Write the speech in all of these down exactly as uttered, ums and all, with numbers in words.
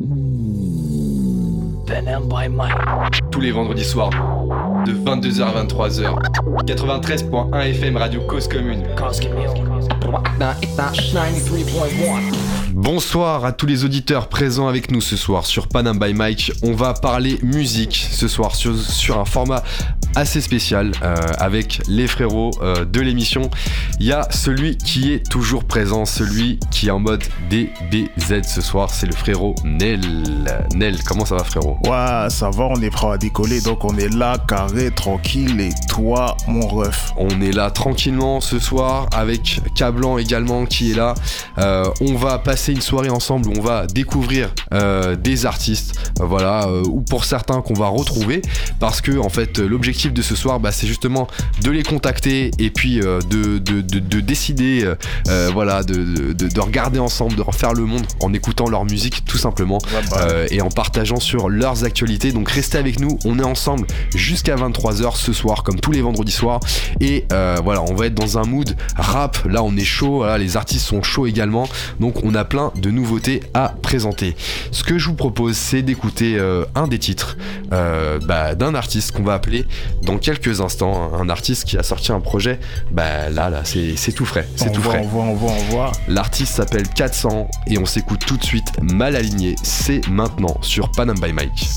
Panam by Mike. Tous les vendredis soirs, de vingt-deux heures à vingt-trois heures. quatre-vingt-treize point un F M Radio Cause Commune. Cause Commune. quatre-vingt-treize point un. Bonsoir à tous les auditeurs présents avec nous ce soir sur Panam by Mike. On va parler musique ce soir sur, sur un format assez spécial euh, avec les frérots euh, de l'émission. Il y a celui qui est toujours présent, celui qui est en mode D B Z ce soir, c'est le frérot Nel. Nel, comment ça va frérot? Ouais, ça va, on est prêt à décoller, donc on est là, carré, tranquille, et toi, mon ref? On est là tranquillement ce soir avec Cablan également qui est là. Euh, on va passer une soirée ensemble où on va découvrir euh, des artistes, euh, voilà, euh, ou pour certains qu'on va retrouver, parce que en fait l'objectif de ce soir, bah, c'est justement de les contacter et puis euh, de, de, de, de décider, euh, voilà, de, de, de regarder ensemble, de refaire le monde en écoutant leur musique tout simplement, ouais, bah. euh, et en partageant sur leurs actualités. Donc restez avec nous, on est ensemble jusqu'à vingt-trois heures ce soir comme tous les vendredis soirs, et euh, voilà, on va être dans un mood rap. Là on est chaud, voilà, les artistes sont chauds également, donc on a plein de nouveautés à présenter. Ce que je vous propose, c'est d'écouter euh, un des titres euh, bah, d'un artiste qu'on va appeler dans quelques instants, un artiste qui a sorti un projet, bah là, là, c'est, c'est tout frais, c'est on tout voit, frais. On voit, on voit, on voit. L'artiste s'appelle quatre cents et on s'écoute tout de suite Mal Aligné, c'est maintenant sur Panam by Mike.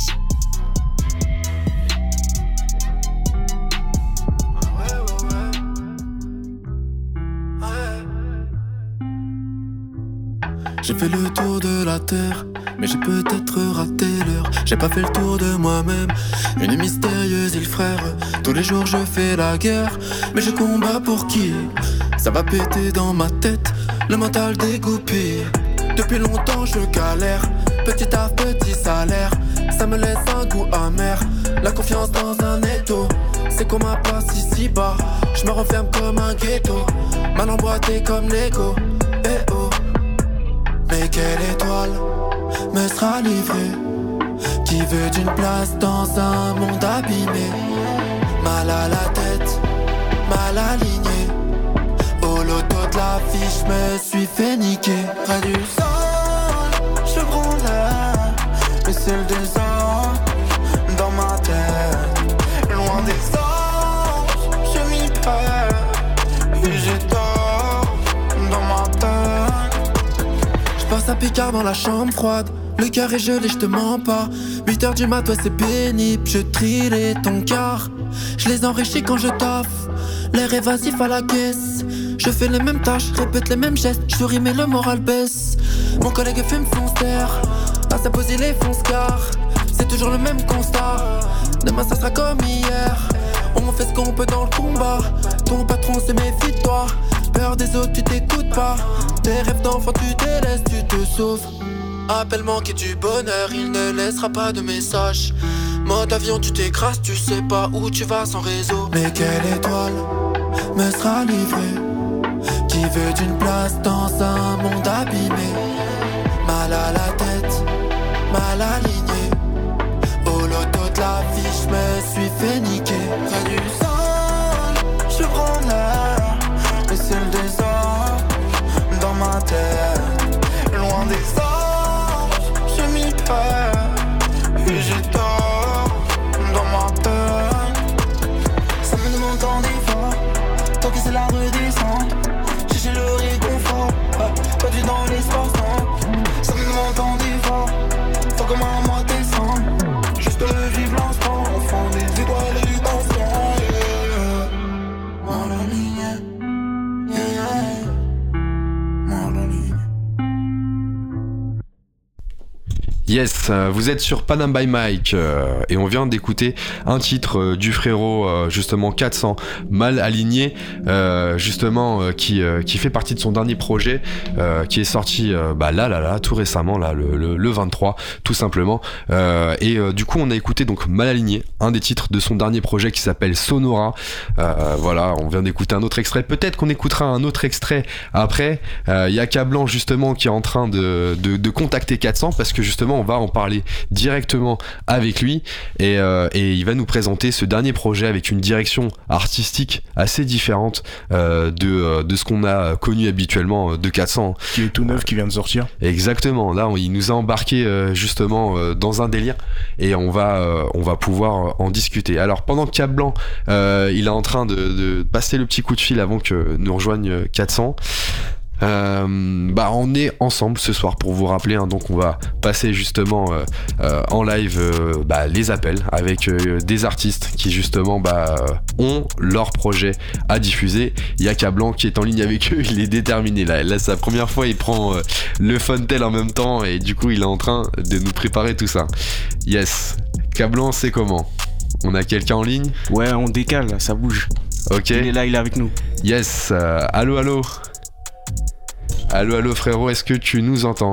J'ai fait le tour de la terre, mais j'ai peut-être raté l'heure. J'ai pas fait le tour de moi-même, une mystérieuse île frère. Tous les jours je fais la guerre, mais je combats pour qui? Ça va péter dans ma tête, le mental dégoupillé. Depuis longtemps je galère, petit taf, petit salaire. Ça me laisse un goût amer, la confiance dans un étau. C'est qu'on m'a pas ici bas, je me renferme comme un ghetto. Mal emboîté comme Lego, eh oh. Mais quelle étoile me sera livrée? Qui veut d'une place dans un monde abîmé? Mal à la tête, mal aligné. Au loto de la vie, je me suis fait niquer. Près du sol, je branle, mais c'est le désordre dans ma tête. Loin des anges, je m'y perds, et j'ai tort dans ma tête. Passe à Picard dans la chambre froide, le cœur est gelé, je te mens pas. huit heures du mat, ouais c'est pénible, je trie les ton quart. Je les enrichis quand je taffe, l'air évasif à la caisse. Je fais les mêmes tâches, répète les mêmes gestes, je souris mais le moral baisse. Mon collègue fume son ster, à sa pause il est fonce car c'est toujours le même constat, demain ça sera comme hier. On fait ce qu'on peut dans le combat, ton patron se méfie de toi. Peur des autres, tu t'écoutes pas. Tes rêves d'enfant, tu délaisses, tu te sauves. Appel manqué du bonheur, il ne laissera pas de message. Mode avion, tu t'écrases, tu sais pas où tu vas sans réseau. Mais quelle étoile me sera livrée? Qui veut d'une place dans un monde abîmé? Mal à la tête, mal aligné. Au loto de la vie, je me suis fait niquer. Près du sol, je prends l'air, mais c'est le désordre dans ma tête. Loin des anges, je m'y perds, et j'ai tort dans ma tête. Ça me demande tant d'efforts, tant que c'est la redescente. J'ai le réconfort, pas du dans l'espace, non. Ça me demande tant d'efforts, faut que ma moi descende. Juste vivre l'instant, au fond des étoiles et du dansant. Mal aligné, yeah, yeah. Mal aligné. Yes, euh, vous êtes sur Panam by Mike euh, et on vient d'écouter un titre euh, du frérot euh, justement quatre cents, Mal Aligné, euh, justement euh, qui, euh, qui fait partie de son dernier projet euh, qui est sorti euh, bah, là là là tout récemment là le, le, le vingt-trois tout simplement, euh, et euh, du coup on a écouté donc Mal Aligné, un des titres de son dernier projet qui s'appelle Sonora. Euh, voilà, on vient d'écouter un autre extrait, peut-être qu'on écoutera un autre extrait après. Il euh, y a Cablan justement qui est en train de, de, de contacter quatre cents parce que justement on va en parler directement avec lui et, euh, et il va nous présenter ce dernier projet avec une direction artistique assez différente euh, de, de ce qu'on a connu habituellement de quatre cents. Qui est tout neuf, qui vient de sortir. Exactement, là il nous a embarqué euh, justement euh, dans un délire et on va, euh, on va pouvoir en discuter. Alors pendant que Cap Blanc euh, il est en train de, de passer le petit coup de fil avant que nous rejoigne quatre cents, Euh, bah on est ensemble ce soir pour vous rappeler hein, donc on va passer justement euh, euh, en live euh, bah, les appels avec euh, des artistes qui justement bah, ont leur projet à diffuser. Il y a Cablan qui est en ligne avec eux, il est déterminé là, là c'est la première fois il prend euh, le Funtel en même temps et du coup il est en train de nous préparer tout ça. Yes, Cablan c'est comment? On a quelqu'un en ligne? Ouais, on décale, ça bouge. Ok. Il est là, il est avec nous. Yes, euh, allô allô. Allô, allô frérot, est-ce que tu nous entends?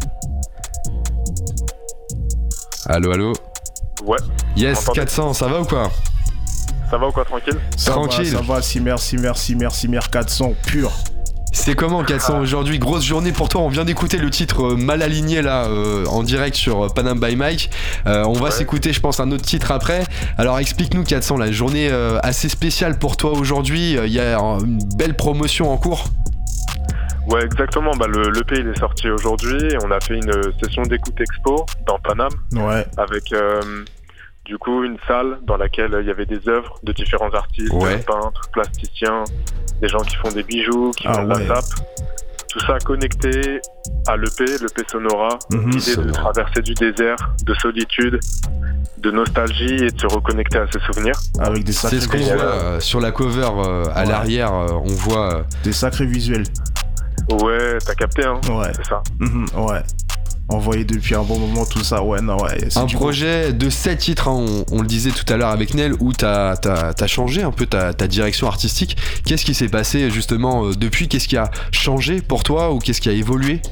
Allô, allô. Ouais. Yes, quatre cents, ça va ou quoi? Ça va ou quoi, tranquille? Ça Tranquille. va, ça va, si merci, merci, merci, merci, quatre cents, pur. C'est comment quatre cents aujourd'hui? Grosse journée pour toi, on vient d'écouter le titre euh, Mal Aligné là, euh, en direct sur euh, Panam by Mike. Euh, on va Ouais. s'écouter, je pense, un autre titre après. Alors explique-nous quatre cents, la journée euh, assez spéciale pour toi aujourd'hui. Il y a une belle promotion en cours. Ouais, exactement. Bah, le, l'E P il est sorti aujourd'hui. On a fait une session d'écoute expo dans Paname Ouais. avec euh, du coup une salle dans laquelle il y avait des œuvres de différents artistes, Ouais. peintres, plasticiens, des gens qui font des bijoux, qui Ah font de ouais. la sape. Tout ça connecté à l'E P, l'E P Sonora. Mhm. L'idée de Sonora. traverser du désert, de solitude, de nostalgie et de se reconnecter à ses souvenirs. Avec des sacrés, C'est ce qu'on voit visuels. euh, sur la cover euh, à Ouais. l'arrière, euh, on voit euh, Des sacrés visuels. Ouais, t'as capté, hein? Ouais. C'est ça. Mhm, ouais. Envoyé depuis un bon moment, tout ça. Ouais, non, ouais. c'est un du projet de sept titres, hein, on, on le disait tout à l'heure avec Nel, où t'as as, changé un peu ta, ta direction artistique. Qu'est-ce qui s'est passé justement euh, depuis? Qu'est-ce qui a changé pour toi ou qu'est-ce qui a évolué?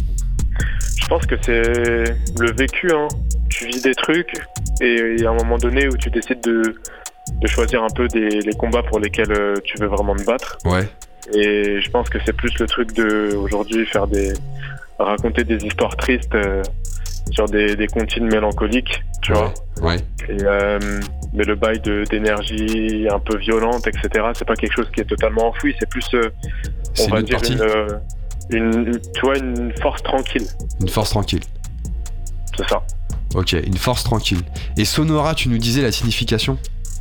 Je pense que c'est le vécu, hein. Tu vis des trucs et il y a un moment donné où tu décides de, de choisir un peu des, les combats pour lesquels euh, tu veux vraiment te battre. Ouais, Et je pense que c'est plus le truc de aujourd'hui faire des raconter des histoires tristes euh, sur des, des comptines mélancoliques, tu vois. ouais. Et, euh, mais le bail de d'énergie un peu violente, et cetera. C'est pas quelque chose qui est totalement enfoui. C'est plus, euh, C'est on va une dire partie. une, euh, une, une- tu vois, une force tranquille. Une force tranquille. C'est ça. Ok, une force tranquille. Et Sonora, tu nous disais la signification?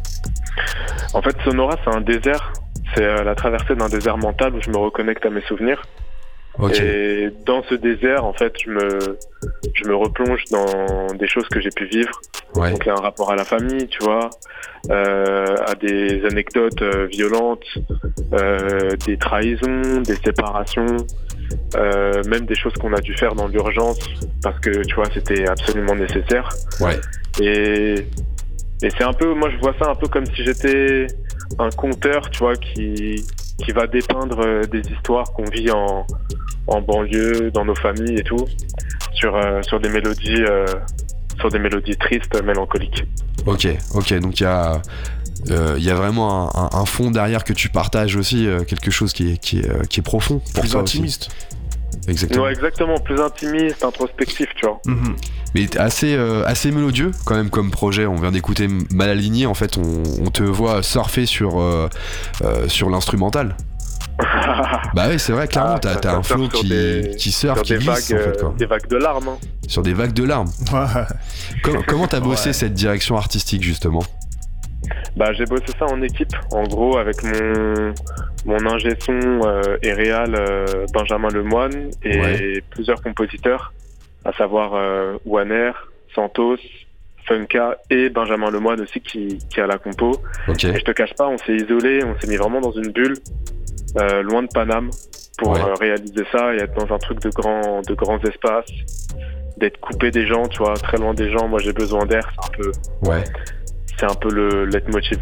En fait, Sonora, c'est un désert. C'est euh, la traversée d'un désert mental où je me reconnecte à mes souvenirs. Ok, Et dans ce désert, en fait, je me, je me replonge dans des choses que j'ai pu vivre. ouais, Donc, il y a un rapport à la famille, tu vois, euh, à des anecdotes euh, violentes, euh, des trahisons, des séparations, euh, même des choses qu'on a dû faire dans l'urgence parce que, tu vois, c'était absolument nécessaire. ouais. Et, et c'est un peu, moi je vois ça un peu comme si j'étais un conteur, tu vois, qui, qui va dépeindre euh, des histoires qu'on vit en, en banlieue, dans nos familles et tout, sur, euh, sur des mélodies, euh, sur des mélodies tristes, mélancoliques. Ok, ok, donc il y a, euh, il y a vraiment un, un- un fond derrière que tu partages aussi, euh, quelque chose qui est, qui est, euh, qui est profond pour plus toi aussi. intimiste. Exactement. Ouais, exactement, plus intimiste, introspectif, tu vois. Mhm. Mais assez, euh, assez mélodieux quand même comme projet. On vient d'écouter Mal Aligné. En fait, on, on te voit surfer sur, euh, euh, sur l'instrumental. Bah oui, c'est vrai, clairement. Ah, t'as ça- t'as ça un surfe flow sur qui, des- qui surfe, sur qui des glisse vagues, en fait, quoi. euh, des vagues de larmes. hein. Sur des vagues de larmes. Ouais. Com- comment t'as bossé Ouais. cette direction artistique justement? Bah, j'ai bossé ça en équipe, en gros, avec mon, mon ingé son euh, et réal euh, Benjamin Lemoine et Ouais. plusieurs compositeurs, à savoir euh, Waner, Santos, Funka et Benjamin Lemoine aussi qui, qui a la compo. Ok. Et je te cache pas, on s'est isolé, on s'est mis vraiment dans une bulle, euh, loin de Paname, pour Ouais. euh, réaliser ça et être dans un truc de, grand, de grands espaces, d'être coupé des gens, tu vois, très loin des gens. Moi, j'ai besoin d'air, c'est un peu, Ouais. c'est un peu le leitmotiv.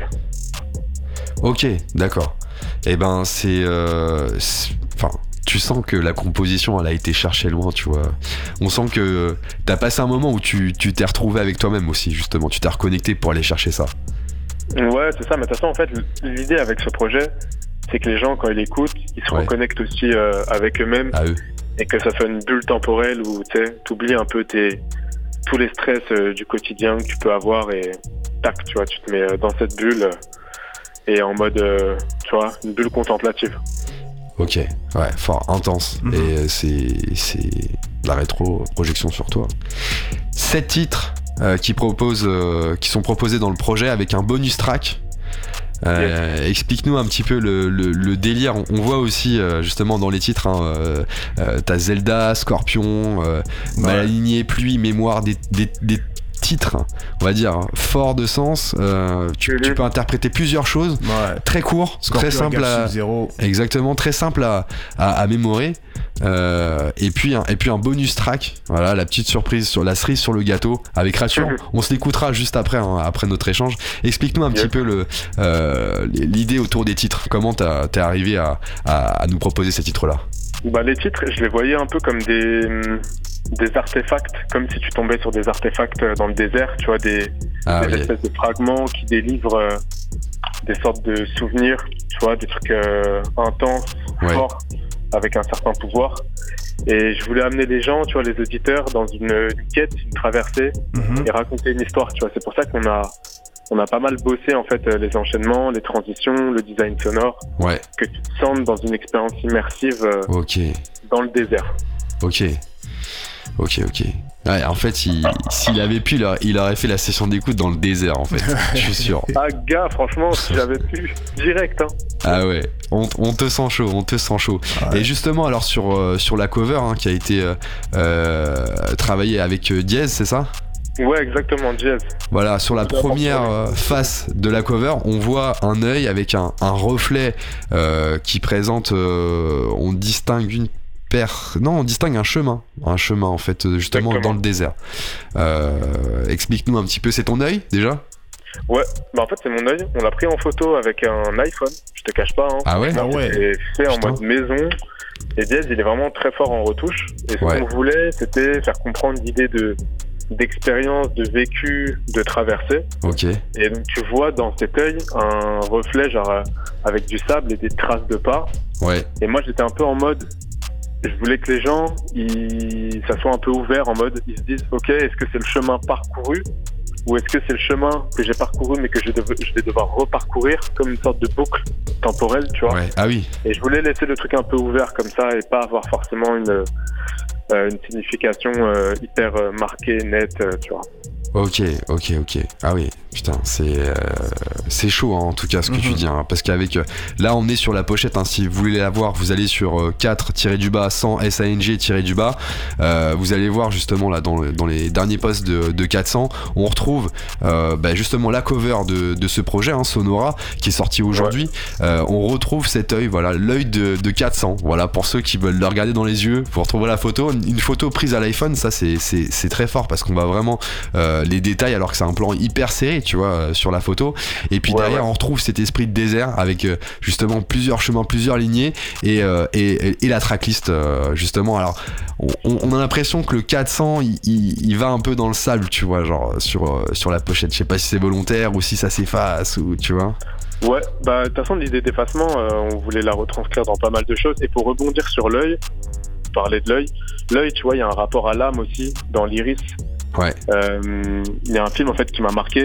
Ok, d'accord. Et ben c'est, euh, c'est- enfin, tu sens que la composition, elle a été cherchée loin, tu vois. On sent que t'as passé un moment où tu tu t'es retrouvé avec toi-même aussi, justement. Tu t'es reconnecté pour aller chercher ça. Ouais, c'est ça. Mais de toute façon, en fait, l'idée avec ce projet, c'est que les gens, quand ils l'écoutent, ils se Ouais. reconnectent aussi euh, avec eux-mêmes À eux. et que ça soit une bulle temporelle où tu sais, t'oublies un peu tes, tous les stress euh, du quotidien que tu peux avoir et tac, tu vois, tu te mets euh, dans cette bulle euh, et en mode, euh, tu vois, une bulle contemplative. Ok, ouais, fort, intense. Mhm. Et euh, c'est, c'est de la rétro-projection sur toi. Sept titres euh, qui, proposent, euh, qui sont proposés dans le projet avec un bonus track. Euh, yes. Explique-nous un petit peu le, le, le délire. On, on voit aussi euh, justement dans les titres, hein, euh, euh, t'as Zelda, Scorpion, euh, ouais. Mal aligné, Pluie, Mémoire, des, des, des titres, on va dire, forts de sens. Euh, tu, mm-hmm. tu peux interpréter plusieurs choses, ouais. Très court, Scorpion, très simple à, exactement, très simple à, à, à mémorer. Euh, et puis un, et puis un bonus track, voilà, la petite surprise sur la cerise sur le gâteau avec Rature. Mm-hmm. On se l'écoutera juste après, hein, après notre échange. Explique-nous un yes. petit peu le, euh, l'idée autour des titres. Comment t'as, t'es arrivé à, à, à nous proposer ces titres-là? Bah, les titres, je les voyais un peu comme des, des artefacts, comme si tu tombais sur des artefacts dans le désert, tu vois, des, ah, des oui. espèces de fragments qui délivrent euh, des sortes de souvenirs, tu vois, des trucs euh, intenses, ouais. forts, avec un certain pouvoir. Et je voulais amener les gens, tu vois, les auditeurs, dans une, une quête, une traversée, mm-hmm. et raconter une histoire, tu vois. C'est pour ça qu'on a... On a pas mal bossé en fait les enchaînements, les transitions, le design sonore, ouais. que tu te sentes dans une expérience immersive euh, okay. dans le désert. Ok, ok, ok. Ouais, en fait, il, s'il avait pu, il aurait fait la session d'écoute dans le désert, en fait. Je suis sûr. Ah gars, franchement, si j'avais pu, direct. Hein. Ah ouais, on, on te sent chaud, on te sent chaud. Ouais. Et justement, alors sur euh, sur la cover hein, qui a été euh, euh, travaillée avec euh, Diez, c'est ça? Ouais, exactement, Jazz. Voilà, sur la première euh, face de la cover, on voit un œil avec un, un reflet euh, qui présente, euh, on distingue une paire, non, on distingue un chemin, un chemin en fait, justement exactement. Dans le désert. Euh, explique-nous un petit peu, c'est ton œil déjà ? Ouais, bah en fait c'est mon œil, on l'a pris en photo avec un iPhone, je te cache pas. Hein. Ah ouais ? Ah ouais. C'est fait en mode maison. Et Diaz, il est vraiment très fort en retouche. Et ce ouais. qu'on voulait, c'était faire comprendre l'idée de d'expérience, de vécu, de traversée. Ok. Et donc tu vois dans cet œil un reflet genre euh, avec du sable et des traces de pas. Ouais. Et moi j'étais un peu en mode, je voulais que les gens, ils, ça soit un peu ouvert en mode, ils se disent ok, est-ce que c'est le chemin parcouru ou est-ce que c'est le chemin que j'ai parcouru mais que je, dev- je vais devoir reparcourir comme une sorte de boucle temporelle, tu vois. Ouais. Ah oui. Et je voulais laisser le truc un peu ouvert comme ça et pas avoir forcément une Euh, une signification euh, hyper euh, marquée, nette, euh, tu vois. Ok, ok, ok. Ah oui, putain, c'est euh, c'est chaud hein, en tout cas ce que mm-hmm. tu dis, hein, parce qu'avec euh, là on est sur la pochette. Hein, si vous voulez la voir, vous allez sur euh, quatre du bas cent S A N G du bas. Euh, vous allez voir justement là dans, le, dans les derniers posts de, de quatre cents, on retrouve euh, bah, justement la cover de, de ce projet hein, Sonora qui est sorti aujourd'hui. Ouais. Euh, on retrouve cet œil, voilà, l'œil de, de quatre cents. Voilà pour ceux qui veulent le regarder dans les yeux, vous retrouvez la photo, une, une photo prise à l'iPhone. Ça c'est c'est c'est très fort parce qu'on va vraiment euh, les détails alors que c'est un plan hyper serré tu vois euh, sur la photo et puis ouais, derrière ouais. on retrouve cet esprit de désert avec euh, justement plusieurs chemins, plusieurs lignées et, euh, et, et, et la tracklist euh, justement. Alors on, on a l'impression que le quatre cents il, il, il va un peu dans le sable tu vois genre sur, euh, sur la pochette. Je sais pas si c'est volontaire ou si ça s'efface ou tu vois. Ouais, bah de toute façon l'idée d'effacement euh, on voulait la retranscrire dans pas mal de choses et pour rebondir sur l'œil, parler de l'œil, l'œil tu vois il y a un rapport à l'âme aussi dans l'iris. Ouais. Euh, il y a un film en fait qui m'a marqué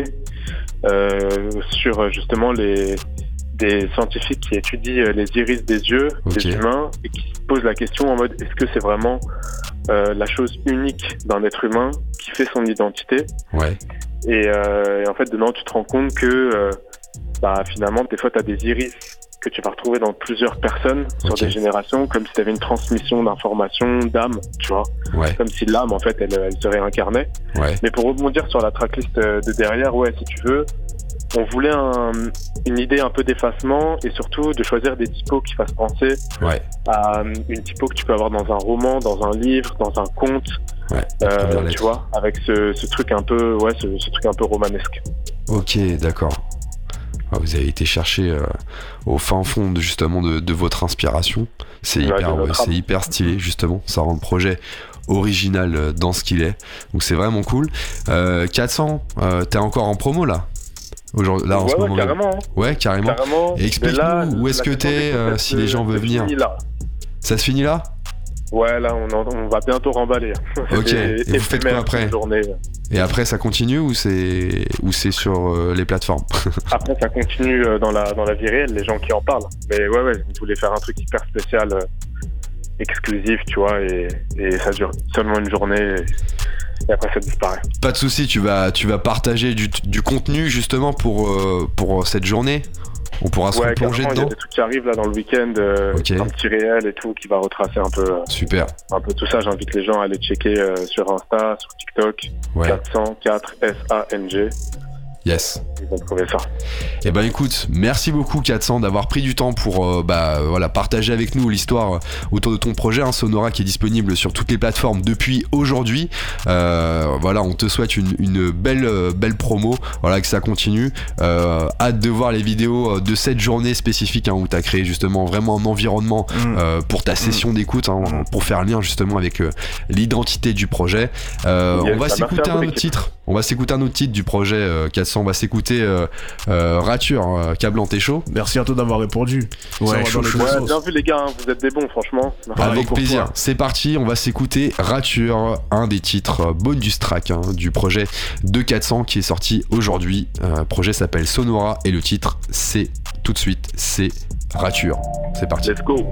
euh, sur justement les des scientifiques qui étudient les iris des yeux okay. des humains et qui se posent la question en mode est-ce que c'est vraiment euh, la chose unique d'un être humain qui fait son identité. Ouais. Et, euh, et en fait dedans tu te rends compte que euh, bah finalement des fois t'as des iris que tu vas retrouver dans plusieurs personnes sur okay. des générations, comme si tu avais une transmission d'informations, d'âme, tu vois. Ouais. Comme si l'âme, en fait, elle, elle se réincarnait. Ouais. Mais pour rebondir sur la tracklist de derrière, ouais, si tu veux, on voulait un, une idée un peu d'effacement et surtout de choisir des typos qui fassent penser ouais. à une typo que tu peux avoir dans un roman, dans un livre, dans un conte, ouais. euh, tu vois, avec ce, ce truc un peu, ouais, ce, ce truc un peu romanesque. Ok, d'accord. Vous avez été chercher euh, au fin fond de, justement de, de votre inspiration. C'est ouais, hyper, ouais, c'est hyper stylé justement. Ça rend le projet original euh, dans ce qu'il est. Donc c'est vraiment cool. Euh, quatre cents, euh, t'es encore en promo là aujourd'hui, là en ouais, ce ouais, moment. Carrément. Ouais, carrément. carrément. Et explique-nous où est-ce que t'es euh, si les gens veulent venir. Là. Ça se finit là ? Ouais, là, on, en- on va bientôt remballer. Ok, C'était et vous faites quoi éphémère, après cette journée. Et après, ça continue ou c'est ou c'est sur euh, les plateformes? Après, ça continue euh, dans la, dans la vie réelle, les gens qui en parlent. Mais ouais, ouais, on voulait faire un truc hyper spécial, euh, exclusif, tu vois, et, et ça dure seulement une journée, et, et après, ça disparaît. Pas de souci, tu vas tu vas partager du, du contenu justement pour euh, pour cette journée. On pourra se Ouais, replonger carrément, il y a dedans. des trucs qui arrivent là dans le week-end, euh, Ok. un petit réel et tout, qui va retracer un peu, euh, Super. un peu tout ça. J'invite les gens à aller checker euh, sur Insta, sur TikTok, Ouais. quatre cent quatre S A N G. Yes. Ils vont trouver ça. Eh ben écoute, merci beaucoup quatre cents d'avoir pris du temps pour euh, bah, voilà, partager avec nous l'histoire autour de ton projet, hein, Sonora, qui est disponible sur toutes les plateformes depuis aujourd'hui. Euh, voilà, on te souhaite une, une belle, euh, belle promo, voilà, que ça continue. Euh, hâte de voir les vidéos de cette journée spécifique, hein, où tu as créé justement vraiment un environnement Mm. euh, pour ta session d'écoute, hein, pour faire lien justement avec euh, l'identité du projet. Euh, Yes, on va bah, s'écouter merci à un vous, autre l'équipe. titre. On va s'écouter un autre titre du projet euh, quatre cents. On va s'écouter euh, euh, Rature, euh, Câblant, t'es chaud? Merci à toi d'avoir répondu. Ouais, Ça va chaud, dans les chaud. deux Ouais, sens. bien vu les gars, hein, vous êtes des bons, franchement. Merci. Bravo Avec pour plaisir. toi. C'est parti, on va s'écouter Rature, un des titres bonus track, hein, du projet de quatre cents qui est sorti aujourd'hui. Euh, le projet s'appelle Sonora et le titre c'est tout de suite, c'est Rature. C'est parti. Let's go.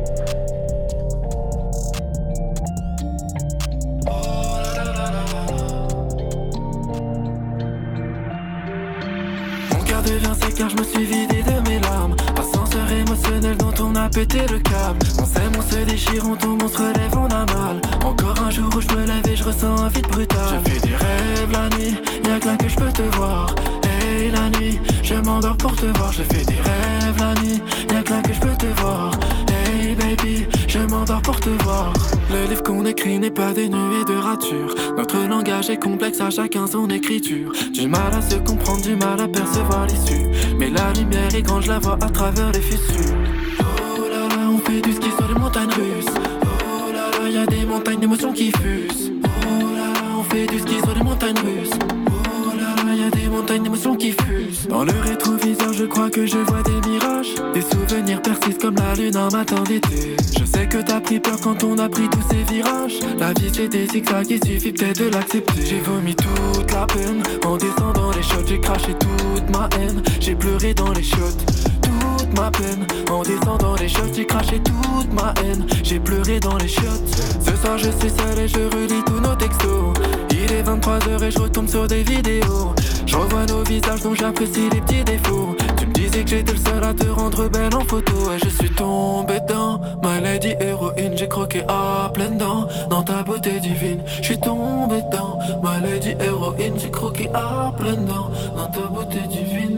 Mon cœur devient sec car je me suis vidé de mes larmes. Ascenseur émotionnel dont on a pété le câble. On s'aime, on se déchire, on tombe, on se relève, on a mal. Encore un jour où je me lève et je ressens un vide brutal. Je fais des rêves la nuit, y'a que là que je peux te voir. Hey la nuit, je m'endors pour te voir. Je fais des rêves la nuit, y'a que là que je peux te voir. Hey baby, je m'endors pour te voir. Le livre qu'on écrit n'est pas dénué de ratures. Notre langage est complexe, à chacun son écriture. Du mal à se comprendre, du mal à percevoir l'issue. Mais la lumière est grande, je la vois à travers les fissures. Oh là là, on fait du ski sur les montagnes russes. Oh là là, y'a des montagnes d'émotions qui fusent. Oh là là, on fait du ski sur les montagnes russes. Oh là là, y'a des montagnes d'émotions qui fusent. Dans le rétroviseur, je crois que je vois des mirages. Des souvenirs persistent comme la lune un matin d'été. Je sais que t'as pris peur quand on a pris tous ces virages. La vie c'est des zigzags, il suffit peut-être de l'accepter. J'ai vomi toute la peine en descendant les chiottes. J'ai craché toute ma haine, j'ai pleuré dans les chiottes. Toute ma peine en descendant les chiottes. J'ai craché toute ma haine, j'ai pleuré dans les chiottes. Ce soir je suis seul et je relis tous nos textos. Il est vingt-trois heures et je retombe sur des vidéos. Je revois nos visages dont j'apprécie les petits défauts. Tu me disais que j'étais le seul à te rendre belle en photo. Et je suis tombé dedans, my lady héroïne. J'ai croqué à pleines dents dans ta beauté divine. Je suis tombé dedans, my lady héroïne. J'ai croqué à pleines dents dans ta beauté divine.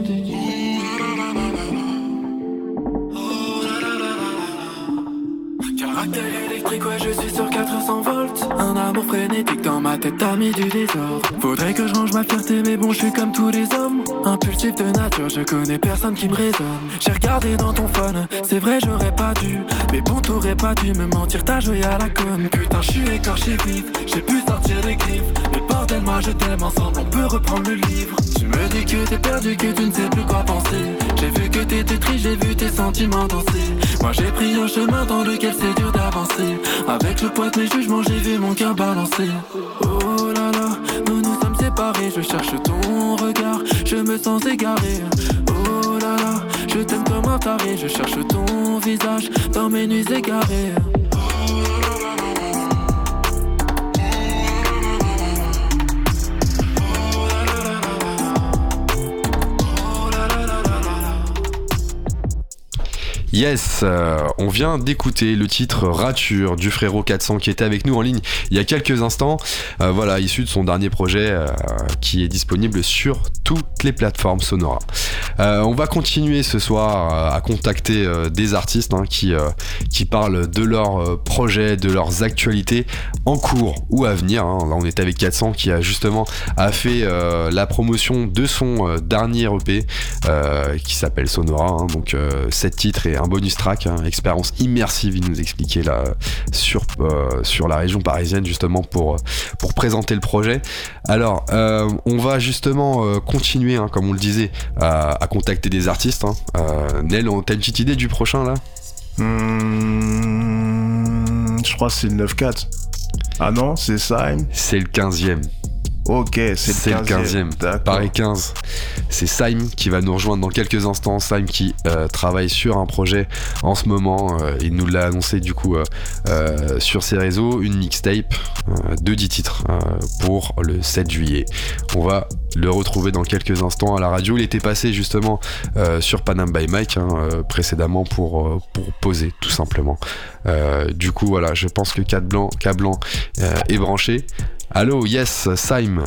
Caractère électrique, ouais je suis sur quatre cents volts. Un amour frénétique dans ma tête, t'as mis du désordre. Faudrait que je range ma fierté mais bon je suis comme tous les hommes. Impulsif de nature, je connais personne qui me raisonne. J'ai regardé dans ton phone, c'est vrai j'aurais pas dû. Mais bon t'aurais pas dû me mentir, t'as joué à la conne. Putain je suis écorché vif, j'ai pu sortir les griffes. Mais bordel moi je t'aime, ensemble on peut reprendre le livre. Tu me dis que t'es perdu, que tu ne sais plus quoi penser. J'ai vu que t'étais triste, j'ai vu tes sentiments danser. Moi j'ai pris un chemin dans lequel c'est dur d'avancer. Avec le poids de mes jugements, j'ai vu mon cœur balancer. Oh là là, nous nous sommes séparés. Je cherche ton regard, je me sens égaré. Oh là là, je t'aime comme un taré. Je cherche ton visage dans mes nuits égarées. Yes, euh, on vient d'écouter le titre Rature du frérot quatre cents qui était avec nous en ligne il y a quelques instants, euh, voilà, issu de son dernier projet euh, qui est disponible sur toutes les plateformes Sonora. Euh, on va continuer ce soir euh, à contacter euh, des artistes, hein, qui, euh, qui parlent de leurs euh, projets, de leurs actualités en cours ou à venir, hein. Là on est avec quatre cents qui a justement a fait euh, la promotion de son euh, dernier E P euh, qui s'appelle Sonora, hein. Donc euh, sept titres et un bonus track, hein, expérience immersive, il nous expliquait là sur, euh, sur la région parisienne justement pour, pour présenter le projet. Alors euh, on va justement euh, continuer, hein, comme on le disait, à, à contacter des artistes, hein. euh, Nel, t'as une petite idée du prochain là? Mmh, je crois que c'est le neuf quatre. Ah non, c'est Syme. C'est le quinzième. Ok, c'est, c'est le quinzième. Paris quinze. C'est Syme qui va nous rejoindre dans quelques instants. Syme qui euh, travaille sur un projet en ce moment. Euh, il nous l'a annoncé du coup euh, euh, sur ses réseaux. Une mixtape euh, de dix titres euh, pour le sept juillet. On va le retrouver dans quelques instants à la radio. Il était passé justement euh, sur Panam by Mike hein, euh, précédemment pour, euh, pour poser tout simplement. Euh, du coup voilà, je pense que Cat Blanc, Cat Blanc euh, est branché. Allô, yes, Syme.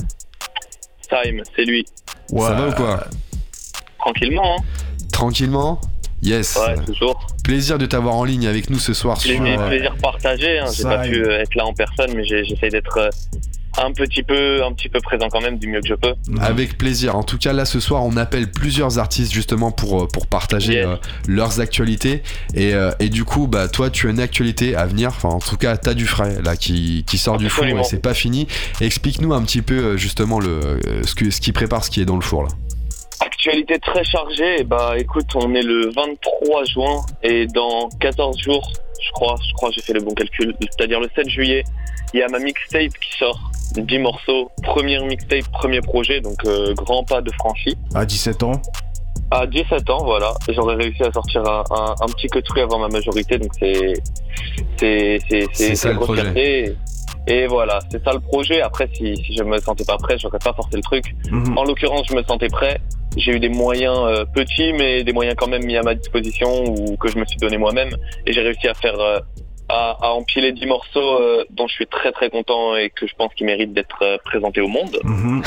Syme, c'est lui. Ouais. Ça va ou quoi? Tranquillement, hein. Tranquillement. Yes. Ouais, toujours. Plaisir de t'avoir en ligne avec nous ce soir. Plaisir, sur, euh... plaisir partagé. Hein. J'ai Syme. pas pu être là en personne, mais j'ai, j'essaye d'être euh, un petit peu, un petit peu présent quand même du mieux que je peux. Avec plaisir. En tout cas, là ce soir, on appelle plusieurs artistes justement pour pour partager Yes. euh, leurs actualités. Et, euh, et du coup, bah toi, tu as une actualité à venir. Enfin, en tout cas, t'as du frais là qui qui sort du four Absolument. et c'est pas fini. Explique-nous un petit peu euh, justement le euh, ce que ce qui prépare ce qui est dans le four là. Actualité très chargée. Bah, écoute, on est le vingt-trois juin et dans quatorze jours, je crois, je crois, que j'ai fait le bon calcul. C'est-à-dire le sept juillet, il y a ma mixtape qui sort. dix morceaux, première mixtape, premier projet, donc euh, grand pas de franchi. À dix-sept ans. À dix-sept ans, voilà, j'aurais réussi à sortir un, un, un petit que de fruit avant ma majorité, donc c'est c'est c'est C'est c'est, ça c'est le grosse projet. fierté. Et voilà, c'est ça le projet. Après, si si je me sentais pas prêt, j'aurais pas forcé le truc. Mhm. En l'occurrence, je me sentais prêt. J'ai eu des moyens euh, petits, mais des moyens quand même mis à ma disposition ou que je me suis donné moi-même, et j'ai réussi à faire euh, à, à empiler dix morceaux euh, dont je suis très très content et que je pense qu'ils méritent d'être euh, présentés au monde. Mhm.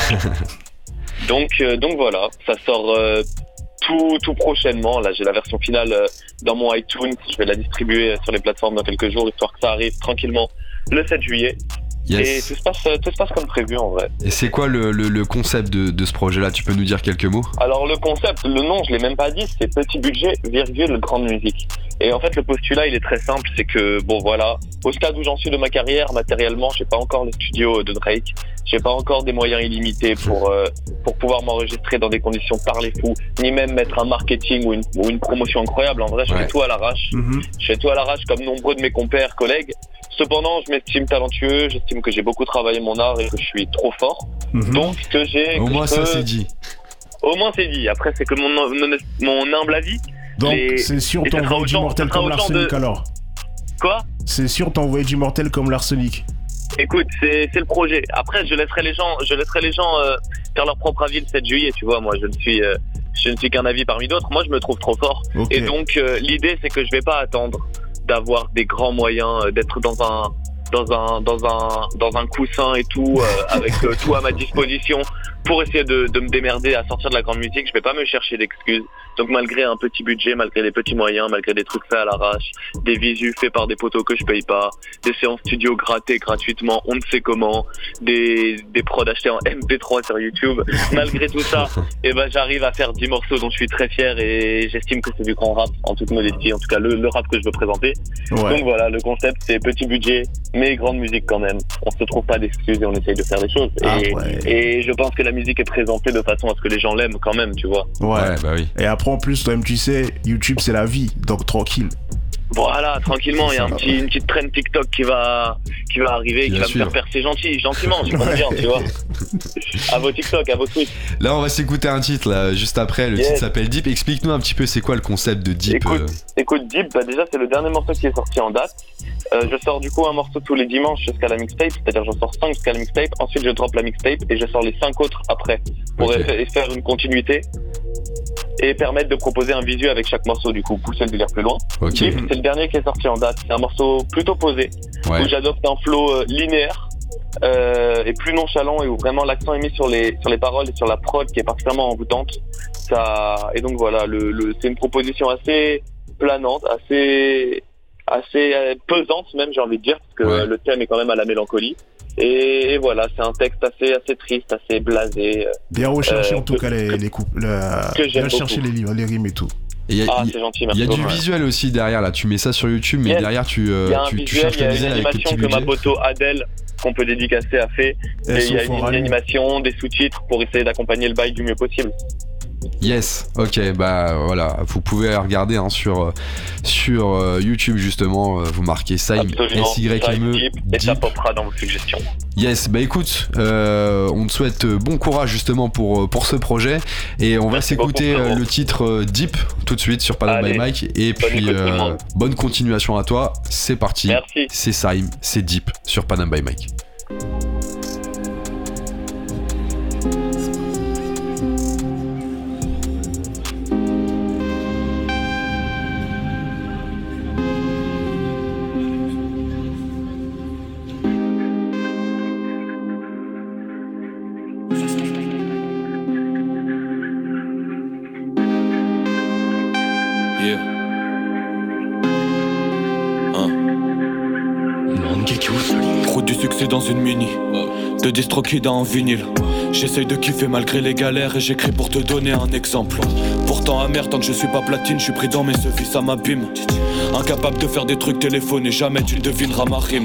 Donc euh, donc voilà, ça sort euh, tout tout prochainement. Là, j'ai la version finale euh, dans mon iTunes. Je vais la distribuer sur les plateformes dans quelques jours, histoire que ça arrive tranquillement le sept juillet. Et Yes. tout se passe tout se passe comme prévu en vrai. Et c'est quoi le, le, le concept de, de ce projet là? Tu peux nous dire quelques mots? Alors le concept, le nom, je l'ai même pas dit, c'est petit budget, virgule, grande musique. Et en fait, le postulat, il est très simple, c'est que, bon voilà, au stade où j'en suis de ma carrière, matériellement, j'ai pas encore le studio de Drake, j'ai pas encore des moyens illimités pour euh, pour pouvoir m'enregistrer dans des conditions par les fous, ni même mettre un marketing ou une, ou une promotion incroyable. En vrai, je Ouais. fais tout à l'arrache. Mhm. Je fais tout à l'arrache comme nombreux de mes compères, collègues. Cependant, je m'estime talentueux, j'estime que j'ai beaucoup travaillé mon art et que je suis trop fort. Mhm. Donc, que j'ai... Au que moins je ça peux- c'est dit. Au moins, c'est dit. Après, c'est que mon, mon, mon humble avis. Donc les- c'est sûr et ça sera t'envoyer du autant- mortel ça sera comme autant l'arsenic de- alors. Quoi? C'est sûr t'envoyer du mortel comme l'arsenic. Écoute, c'est c'est le projet. Après, je laisserai les gens, je laisserai les gens euh, faire leur propre avis le sept juillet. Tu vois, moi, je ne suis, euh, je ne suis qu'un avis parmi d'autres. Moi, je me trouve trop fort. Ok. Et donc, euh, l'idée, c'est que je vais pas attendre d'avoir des grands moyens, euh, d'être dans un dans un dans un dans un coussin et tout, euh, avec euh, tout à ma disposition pour essayer de, de me démerder à sortir de la grande musique. Je vais pas me chercher d'excuses. Donc malgré un petit budget, malgré des petits moyens, malgré des trucs faits à l'arrache, des visus faits par des potos que je paye pas, des séances studio grattées gratuitement, on ne sait comment, des des prods achetés en M P trois sur YouTube, malgré tout ça, et ben j'arrive à faire dix morceaux dont je suis très fier et j'estime que c'est du grand rap en toute modestie, en tout cas le, le rap que je veux présenter. Ouais. Donc voilà, le concept c'est petit budget mais grande musique quand même. On se trouve pas d'excuses et on essaye de faire des choses. Ah et, ouais. et je pense que la musique est présentée de façon à ce que les gens l'aiment quand même, tu vois. Ouais. Ouais, bah oui. Et après en plus toi-même tu sais, YouTube c'est la vie, donc tranquille. Voilà, tranquillement, il y a un Ça petit, une petite trend TikTok qui va, qui va arriver, Qui qui va va me suivre. faire percer gentil, gentiment, je pense bien, tu vois. À vos TikTok, à vos tweets. Là on va s'écouter un titre là juste après. Le Yes. titre s'appelle Deep. Explique-nous un petit peu c'est quoi le concept de Deep. Écoute, euh, écoute, Deep, bah déjà c'est le dernier morceau qui est sorti en date. Euh, je sors du coup un morceau tous les dimanches jusqu'à la mixtape, c'est-à-dire j'en sors cinq jusqu'à la mixtape, ensuite je drop la mixtape et je sors les cinq autres après pour Ok. eff- faire une continuité et permettre de proposer un visu avec chaque morceau, du coup pousser le délire plus loin. Ok. Deep, c'est le dernier qui est sorti en date, c'est un morceau plutôt posé Ouais. où j'adopte un flow euh, linéaire euh, et plus nonchalant et où vraiment l'accent est mis sur les sur les paroles et sur la prod qui est particulièrement envoûtante. Ça et donc voilà, le, le c'est une proposition assez planante, assez assez euh, pesante même, j'ai envie de dire, parce que Ouais. euh, le thème est quand même à la mélancolie. Et, et voilà, c'est un texte assez assez triste, assez blasé. euh. Bien recherché Euh, en tout que- cas les, les coupes. la- que j'aime Bien chercher beaucoup. les livres, les rimes et tout. Et il y a, Ah, il y- c'est gentil, il merci y a du beaucoup. visuel aussi derrière là. Tu mets ça sur YouTube, mais Yes. derrière tu, euh, Il y a un tu, tu visuel, cherches il y le a une visuel avec tes animation petits que ma budgets. poteau Adèle, qu'on peut dédicacer, a fait. Elles Et sont il y a une, fort une à nous. animation, des sous-titres pour essayer d'accompagner le bail du mieux possible. Yes, ok, bah voilà, vous pouvez regarder hein, sur, sur euh, YouTube justement, euh, vous marquez Saïm, S Y M E, et ça popera dans vos suggestions. Yes, bah écoute, euh, on te souhaite bon courage justement pour, pour ce projet et on va Merci s'écouter beaucoup, euh, le titre euh, Deep tout de suite sur Panam by Mike et bonne puis écoute, tout le euh, monde. bonne continuation à toi, c'est parti, Merci. c'est Saïm, c'est Deep sur Panam by Mike. Route du succès dans une mini, de distro kid en vinyle. J'essaye de kiffer malgré les galères et j'écris pour te donner un exemple. Pourtant amer tant que je suis pas platine, je suis pris dans mes sevis, ça m'abîme. Incapable de faire des trucs téléphonés, jamais tu ne devineras ma rime.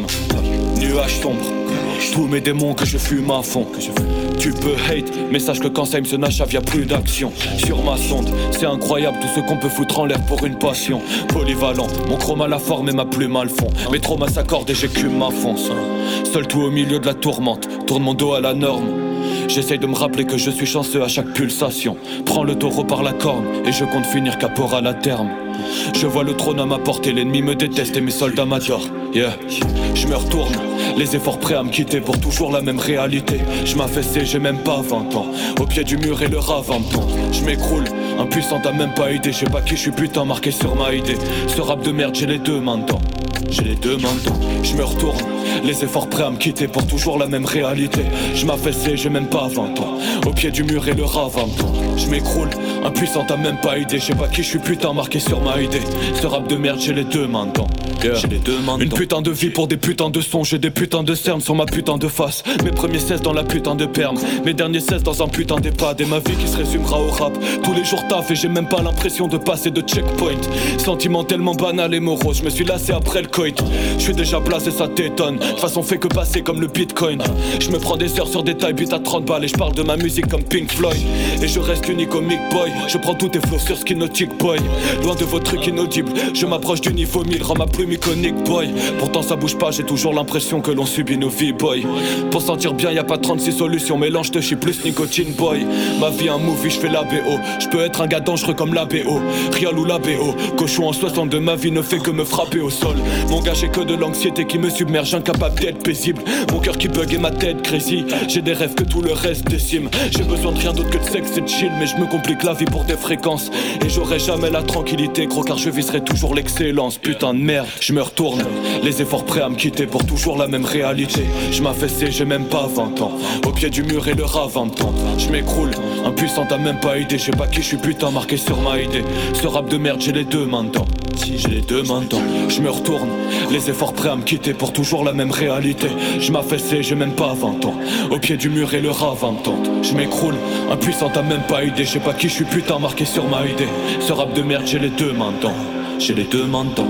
Nuage sombre, tous mes démons que je fume à fond. Tu peux hate, mais sache que quand ça se n'achève, y'a plus d'action. Sur ma sonde, c'est incroyable tout ce qu'on peut foutre en l'air pour une passion. Polyvalent, mon chrome à la forme et ma plume à le fond. Mes traumas s'accordent et j'écume ma fonce. Seul tout au milieu de la tourmente, tourne mon dos à la norme. J'essaye de me rappeler que je suis chanceux à chaque pulsation. Prends le taureau par la corne et je compte finir caporal à terme. Je vois le trône à ma portée, l'ennemi me déteste et mes soldats m'adorent. Yeah, je me retourne, les efforts prêts à me quitter pour toujours la même réalité. Je m'affaisse et j'ai même pas vingt ans, au pied du mur et le ravin me tente. Je m'écroule, impuissant t'as même pas idée. Je sais pas qui je suis putain marqué sur ma idée. Ce rap de merde j'ai les deux mains dedans. J'ai les deux mains dedans, je me retourne, les efforts prêts à me quitter pour toujours la même réalité. Je m'affaisse et j'ai même pas vingt ans, au pied du mur et le ravin me tente. Je m'écroule, impuissant t'as même pas idée. Je sais pas qui je suis putain marqué sur ma idée. Ce rap de merde j'ai les deux mains dedans. Yeah. J'ai les deux mains dedans. Une putain de vie pour des putains de sons. J'ai des putains de cernes sur ma putain de face. Mes premiers cessent dans la putain de perme, mes derniers cessent dans un putain d'EHPAD. Et ma vie qui se résumera au rap. Tous les jours taf et j'ai même pas l'impression de passer de checkpoint. Sentiment tellement banal et morose, je me suis lassé après le coit. Je suis déjà blasé, ça t'étonne. De toute façon fait que passer comme le bitcoin. Je me prends des heures sur des tailles but à trente balles. Et je parle de ma musique comme Pink Floyd. Et je reste unique au Mic Boy. Je prends tous tes flows sur Skinotic Boy. Loin de vos trucs inaudibles, je m'approche du niveau mille. Rends ma plume iconique boy. Pourtant ça bouge pas, j'ai toujours l'impression que l'on subit nos vies boy. Pour sentir bien y'a pas trente-six solutions. Mélange de shit plus nicotine boy. Ma vie un movie, je fais la B O. Je peux être un gars dangereux comme la B O. Rial ou la B O. Cochon en soixante-deux, ma vie ne fait que me frapper au sol. Mon gars j'ai que de l'anxiété qui me submerge, incapable d'être paisible. Mon cœur qui bug et ma tête crazy. J'ai des rêves que tout le reste décime. J'ai besoin de rien d'autre que de sexe et de chill. Mais je me complique la vie pour des fréquences. Et j'aurai jamais la tranquillité gros, car je viserai toujours l'excellence. Putain de merde, je me retourne, les efforts prêts à me quitter pour toujours la même réalité. Je m'affaisse et j'ai même pas vingt ans, au pied du mur et le ravin me tente. Je m'écroule, impuissant t'as même pas idée. Je sais pas qui je suis putain marqué sur ma idée. Ce rap de merde j'ai les deux mains dedans. J'ai les deux mains dedans, je me retourne, les efforts prêts à me quitter pour toujours la même réalité. Je m'affaisse et j'ai même pas vingt ans, au pied du mur et le ravin me tente. Je m'écroule, impuissant t'as même pas idée. Je sais pas qui je suis putain marqué sur ma idée. Ce rap de merde j'ai les deux mains dedans. J'ai les deux mains dedans.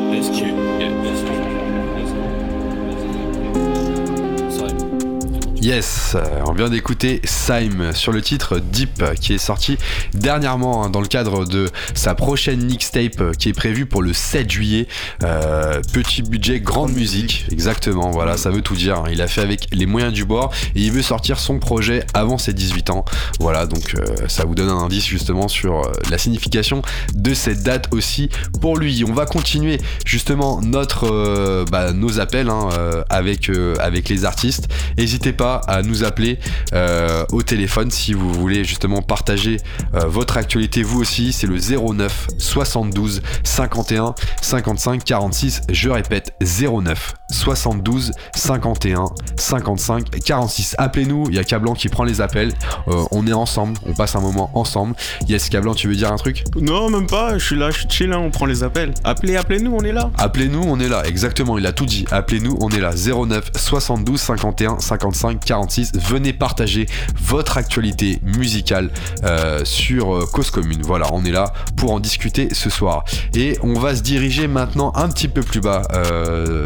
Yes, on vient d'écouter Saïm sur le titre Deep qui est sorti dernièrement hein, dans le cadre de sa prochaine mixtape qui est prévue pour le sept juillet. Euh, petit budget, grande musique, exactement, voilà, ça veut tout dire. Hein. Il a fait avec les moyens du bord et il veut sortir son projet avant ses dix-huit ans. Voilà, donc euh, ça vous donne un indice justement sur euh, la signification de cette date aussi pour lui. On va continuer justement notre, euh, bah, nos appels hein, euh, avec, euh, avec les artistes. N'hésitez pas à nous appeler euh, au téléphone si vous voulez justement partager euh, votre actualité vous aussi. C'est le zéro neuf soixante-douze cinquante et un cinquante-cinq quarante-six. Je répète, zéro neuf soixante-douze cinquante et un cinquante-cinq quarante-six. Appelez-nous, il y a Cablan qui prend les appels. Euh, on est ensemble, on passe un moment ensemble. Yes, Cablan, tu veux dire un truc? Non, même pas, je suis là, je suis chill, hein, on prend les appels. Appelez, appelez-nous, on est là. Appelez-nous, on est là, exactement, il a tout dit. Appelez-nous, on est là, zéro neuf soixante-douze cinquante et un cinquante-cinq quarante-six. Venez partager votre actualité musicale euh, sur euh, Cause Commune. Voilà, on est là pour en discuter ce soir. Et on va se diriger maintenant un petit peu plus bas euh, de Paris.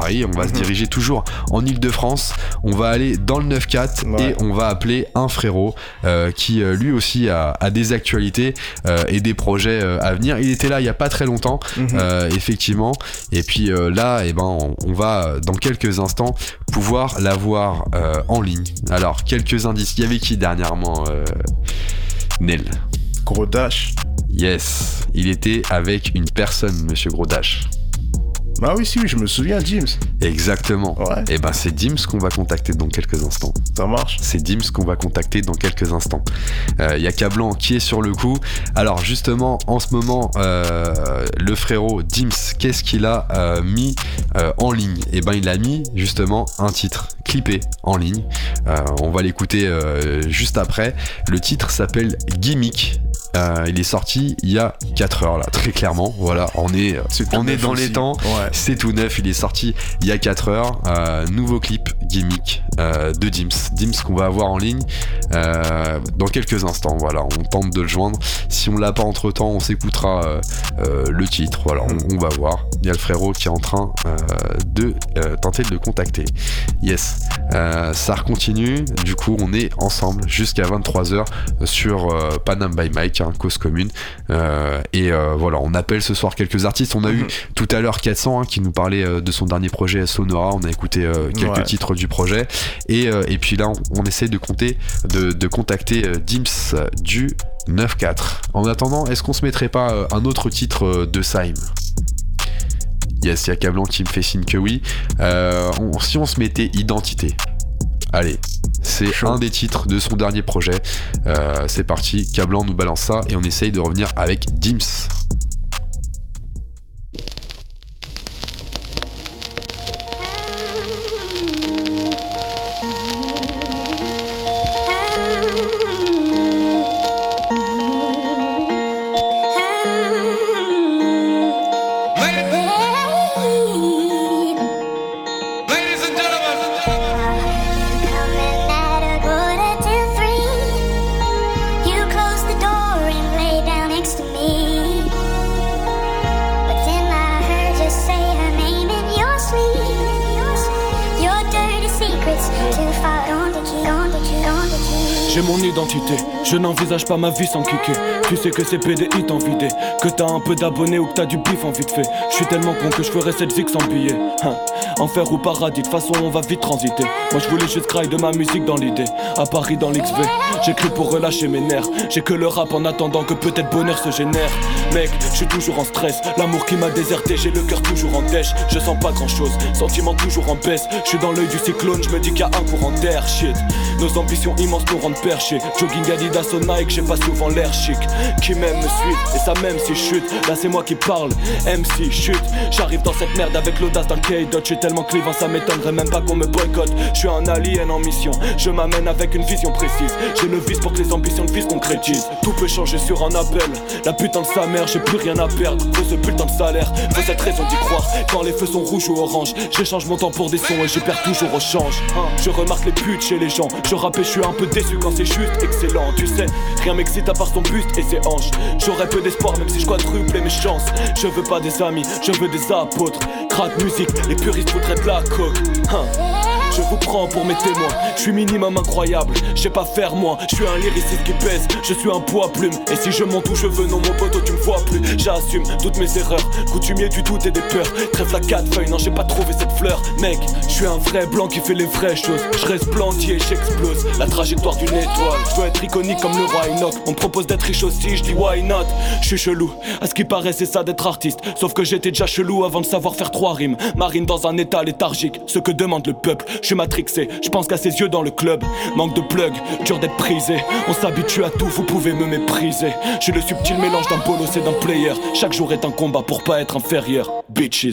Paris, on va mmh. se diriger toujours en Ile-de-France, on va aller dans le neuf quatre ouais. et on va appeler un frérot euh, qui euh, lui aussi a, a des actualités euh, et des projets euh, à venir. Il était là il y a pas très longtemps, mmh. euh, effectivement, et puis euh, là eh ben, on, on va dans quelques instants pouvoir l'avoir euh, en ligne. Alors quelques indices, il y avait qui dernièrement euh, Nel? Gros Dash. Yes, il était avec une personne, monsieur Gros Dash. Ah oui, si, oui, je me souviens, Dims. Exactement. Ouais. Et ben c'est Dims qu'on va contacter dans quelques instants. Ça marche. C'est Dims qu'on va contacter dans quelques instants. Il euh, y a Cablan qui est sur le coup. Alors justement, en ce moment, euh, le frérot Dims, qu'est-ce qu'il a euh, mis euh, en ligne? Et ben il a mis justement un titre clippé en ligne. Euh, on va l'écouter euh, juste après. Le titre s'appelle Gimmick. Euh, il est sorti il y a quatre heures là, très clairement. Voilà, on est, on est dans aussi. Les temps. Ouais. C'est tout neuf. Il est sorti il y a quatre heures. Euh, nouveau clip Gimmick euh, de Dims. Dims qu'on va avoir en ligne euh, dans quelques instants. Voilà, on tente de le joindre. Si on l'a pas entre temps, on s'écoutera euh, euh, le titre. Voilà, on, on va voir. Il y a le frérot qui est en train euh, de euh, tenter de le contacter. Yes, euh, ça continue. Du coup, on est ensemble jusqu'à vingt-trois heures sur euh, Panam by Mike. Hein, cause commune euh, et euh, voilà, on appelle ce soir quelques artistes. On a mmh. eu tout à l'heure quatre cents hein, qui nous parlait euh, de son dernier projet Sonora. On a écouté euh, quelques ouais. titres du projet et, euh, et puis là on, on essaie de compter de, de contacter euh, Dims du neuf quatre. En attendant, est-ce qu'on se mettrait pas euh, un autre titre euh, de Saïm? Yes, il y a Cablan qui me fait signe que oui. Euh, on, si on se mettait Identité. Allez, c'est Chaud. Un des titres de son dernier projet. Euh, c'est parti, Cablan nous balance ça et on essaye de revenir avec Dims. J'ai mon identité, je n'envisage pas ma vie sans kicker. Tu sais que c'est P D I t'en vidé, que t'as un peu d'abonnés ou que t'as du bif en vite fait. Je suis tellement con que je ferais cette zig sans billet. Hein. Enfer ou paradis, de toute façon on va vite transiter. Moi je voulais juste cry de ma musique dans l'idée. À Paris dans l'X V, j'écris pour relâcher mes nerfs. J'ai que le rap en attendant que peut-être bonheur se génère. Mec, je suis toujours en stress, l'amour qui m'a déserté, j'ai le cœur toujours en dèche. Je sens pas grand chose, sentiment toujours en baisse. Je suis dans l'œil du cyclone, je me dis qu'il y a un courant d'air. Shit, nos ambitions immenses nous rendent perchés. Jogging Adidas au Nike, j'ai pas souvent l'air chic. Qui m'aime me suit, et ça même si je chute. Là c'est moi qui parle, M C chute. J'arrive dans cette merde avec l'audace d'un K-Dot. Je suis tellement clivant, ça m'étonnerait même pas qu'on me boycotte. Je suis un alien en mission, je m'amène avec une vision précise. J'ai le vice pour que les ambitions de vie se concrétisent. Tout peut changer sur un appel, la putain de sa mère, j'ai plus rien à perdre. Faut ce putain de salaire, faut cette raison d'y croire. Quand les feux sont rouges ou orange, j'échange mon temps pour des sons et je perds toujours au change. Je remarque les putes chez les gens, je rappe et je suis un peu déçu quand c'est juste excellent. Tu sais, rien m'excite à part son buste et ses hanches. J'aurais peu d'espoir même si je quadruple mes chances. Je veux pas des amis, je veux des apôtres. Crack musique, les puristes voudraient de la coke. Hein. Je vous prends pour mes témoins, je suis minimum incroyable, je sais pas faire moi, je suis un lyriciste qui pèse, je suis un poids plume. Et si je monte où je veux, non mon poteau tu me vois plus. J'assume toutes mes erreurs, coutumier du doute et des peurs. Trèfle à quatre feuilles, non j'ai pas trouvé cette fleur. Mec, je suis un vrai blanc qui fait les vraies choses. Je reste plantier, j'explose, la trajectoire d'une étoile. Je dois être iconique comme le roi Enoch. On me propose d'être riche aussi, je dis why not. Je suis chelou, à ce qui paraît c'est ça d'être artiste. Sauf que j'étais déjà chelou avant de savoir faire trois rimes. Marine dans un état léthargique, ce que demande le peuple. Je suis matrixé, je pense qu'à ses yeux dans le club. Manque de plug, dur d'être prisé. On s'habitue à tout, vous pouvez me mépriser. Je suis le subtil mélange d'un bolos et d'un player. Chaque jour est un combat pour pas être inférieur. Bitches.